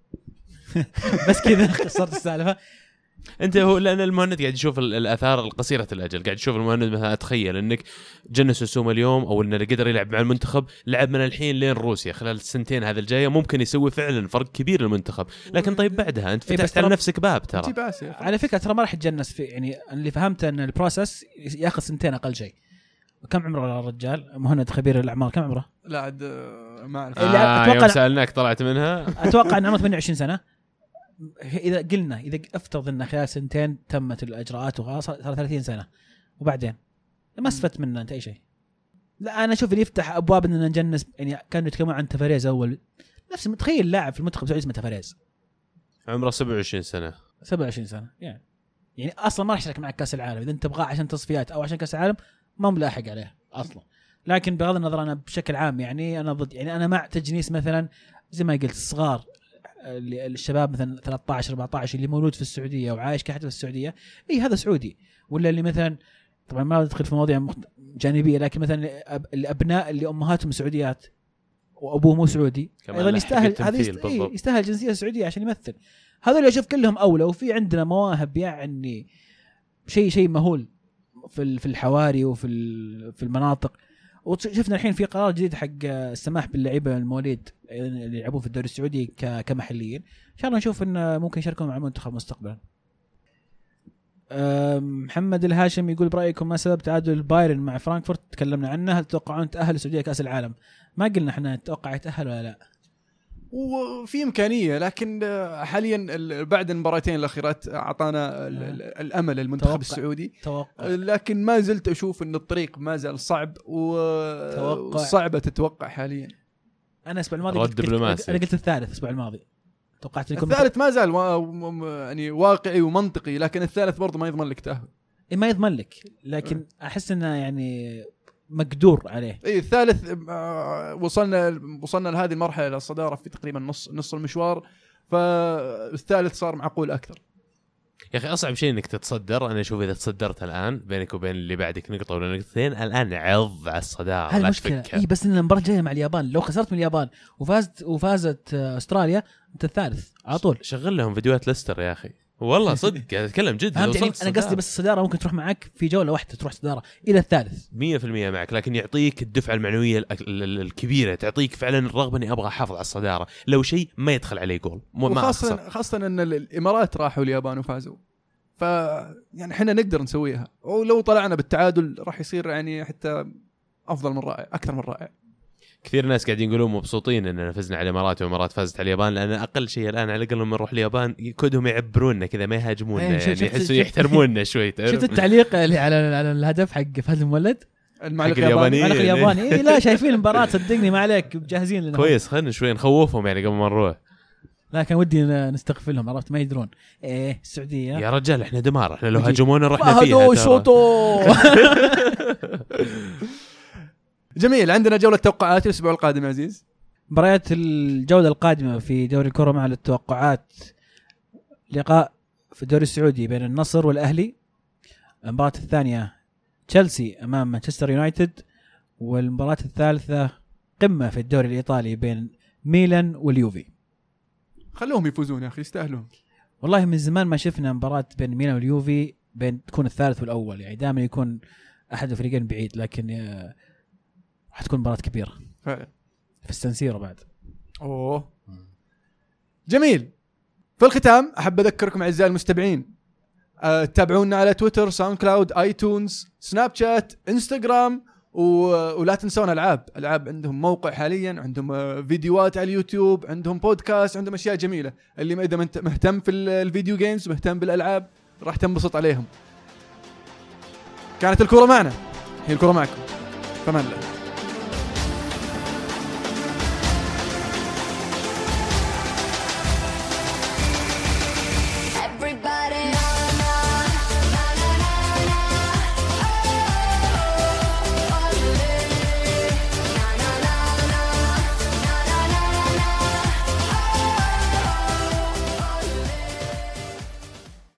بس كذا خسرت السالفه. انت هو لان المهند قاعد يشوف الاثار القصيره الاجل، قاعد تشوف المهند مثلا، اتخيل انك جنس السومه اليوم او انه قدر يلعب مع المنتخب، لعب من الحين لين روسيا خلال السنتين هذا الجايه، ممكن يسوي فعلا فرق كبير للمنتخب. لكن طيب بعدها انت فتحت على نفسك باب، ترى على فكره ترى ما راح يتجنس في، يعني اللي فهمته ان البروسس ياخذ سنتين اقل شيء. كم عمره الرجال مهند خبير الاعمار؟ كم عمره؟ لا عاد ما اعرف. اتوقع يوم سالناك طلعت منها اتوقع ان عمره 28 سنه. اذا قلنا اذا افترض ان خلال سنتين تمت الاجراءات وخلاص صار 30 سنه، وبعدين ما استفدت منه انت اي شيء. لا انا اشوف اللي يفتح ابواب اننا نجنس، يعني كانوا يتكلمون عن تفاريز اول، نفس متخيل لاعب في المنتخب السعودي اسمه تفاريز عمره 27 سنه 27 سنه، يعني اصلا ما راح يشارك معك كاس العالم، اذا انت تبغاه عشان تصفيات او عشان كاس العالم ما ملاحق عليه اصلا. لكن بغض النظر انا بشكل عام يعني انا ضد، يعني انا مع تجنيس مثلا زي ما قلت الصغار، الشباب مثلا 13 14 اللي مولود في السعوديه وعايش كحد في السعوديه، اي هذا سعودي. ولا اللي مثلا طبعا ما ادخل في مواضيع جانبيه، لكن مثلا الابناء اللي امهاتهم سعوديات وابوه مو سعودي ايضا يستاهل، هذا يستاهل جنسيه سعوديه عشان يمثل. هذول اشوف كلهم اولى. وفي عندنا مواهب يعني شيء مهول في الحواري وفي المناطق. وشفنا الحين في قرار جديد حق السماح باللعيبه المواليد اللي يلعبون في الدوري السعودي كمحليين، ان شاء الله نشوف انه ممكن يشاركون مع المنتخب مستقبلا. محمد الهاشم يقول برايكم ما سبب تعادل بايرن مع فرانكفورت؟ تكلمنا عنه. هل تتوقعون تأهل السعوديه كاس العالم؟ ما قلنا احنا نتوقع يتأهل ولا لا. وفي إمكانية، لكن حاليا بعد المباراتين الأخيرات أعطانا الأمل المنتخب السعودي. لكن ما زلت أشوف أن الطريق ما زال صعب وصعبة تتوقع حاليا. أنا الأسبوع الماضي أنا قلت الثالث الأسبوع الماضي، توقعت الثالث ما زال يعني واقعي ومنطقي، لكن الثالث برضه ما يضمن لك تأهل. ما يضمن لك، لكن أحس إنه يعني مقدور عليه. الثالث وصلنا لهذه المرحلة الصدارة في تقريبا نص المشوار، فالثالث صار معقول أكثر. يا أخي أصعب شيء إنك تتصدر. أنا أشوف إذا تصدرت الآن بينك وبين اللي بعدك نقطة ولا نقطتين، الآن عض على الصدارة. هذه المشكلة. بس إن المباراة جاية مع اليابان، لو خسرت من اليابان وفازت أستراليا أنت الثالث على طول. شغل لهم فيديوهات ليستر يا أخي، والله صدق أتكلم جد. يعني أنا قصدي بس الصدارة ممكن تروح معك في جولة واحدة، تروح صدارة إلى الثالث 100% معك، لكن يعطيك الدفعة المعنوية الكبيرة، تعطيك فعلا الرغبة إني أبغى أحافظ على الصدارة. لو شيء ما يدخل عليه جول، خاصة أن الإمارات راحوا اليابان وفازوا، يعني إحنا نقدر نسويها. ولو طلعنا بالتعادل راح يصير يعني حتى أفضل من رائع، أكثر من رائع. كثير ناس قاعدين يقولون مبسوطين اننا فزنا على الامارات والامارات فازت على اليابان، لان اقل شيء الان على الاقل لما نروح اليابان كودهم يعبرونا كذا، ما يهاجمونا، يعني يحسوا يحترمونا شوي. شفت التعليق اللي على الهدف حق فهد المولد، المعلق الياباني لا شايفين المباراة صدقني ما عليك، جاهزين لنا. كويس، خلينا شوي نخوفهم يعني قبل ما نروح. لكن ودي نستغفلهم، عرفت ما يدرون ايه السعودية يا رجال احنا دمار، احنا لو هاجمونا رحنا فيها جميل. عندنا جولة توقعات الأسبوع القادم يا عزيز. مباريات الجولة القادمة في دوري الكرة مع التوقعات: لقاء في الدوري السعودي بين النصر والأهلي، المباراة الثانية تشيلسي أمام مانشستر يونايتد، والمباراة الثالثة قمة في الدوري الإيطالي بين ميلان واليوفي. خلوهم يفوزون يا أخي، يستاهلون والله. من زمان ما شفنا مباراة بين ميلان واليوفي تكون الثالث والأول، يعني دائما يكون أحد الفريقين بعيد، لكن حتكون مباراة كبيرة فعلا في السنسيرو بعد. جميل. في الختام أحب أذكركم أعزائي المستمعين، تابعونا على تويتر، ساوند كلاود، آيتونز، سناب شات، انستغرام، ولا تنسون ألعاب عندهم موقع حاليا، عندهم فيديوهات على اليوتيوب، عندهم بودكاست، عندهم أشياء جميلة. اللي إذا أنت مهتم في الفيديو جيمز، مهتم بالألعاب، راح تنبسط عليهم. كانت الكرة معنا، هي الكرة معكم. فمان الله.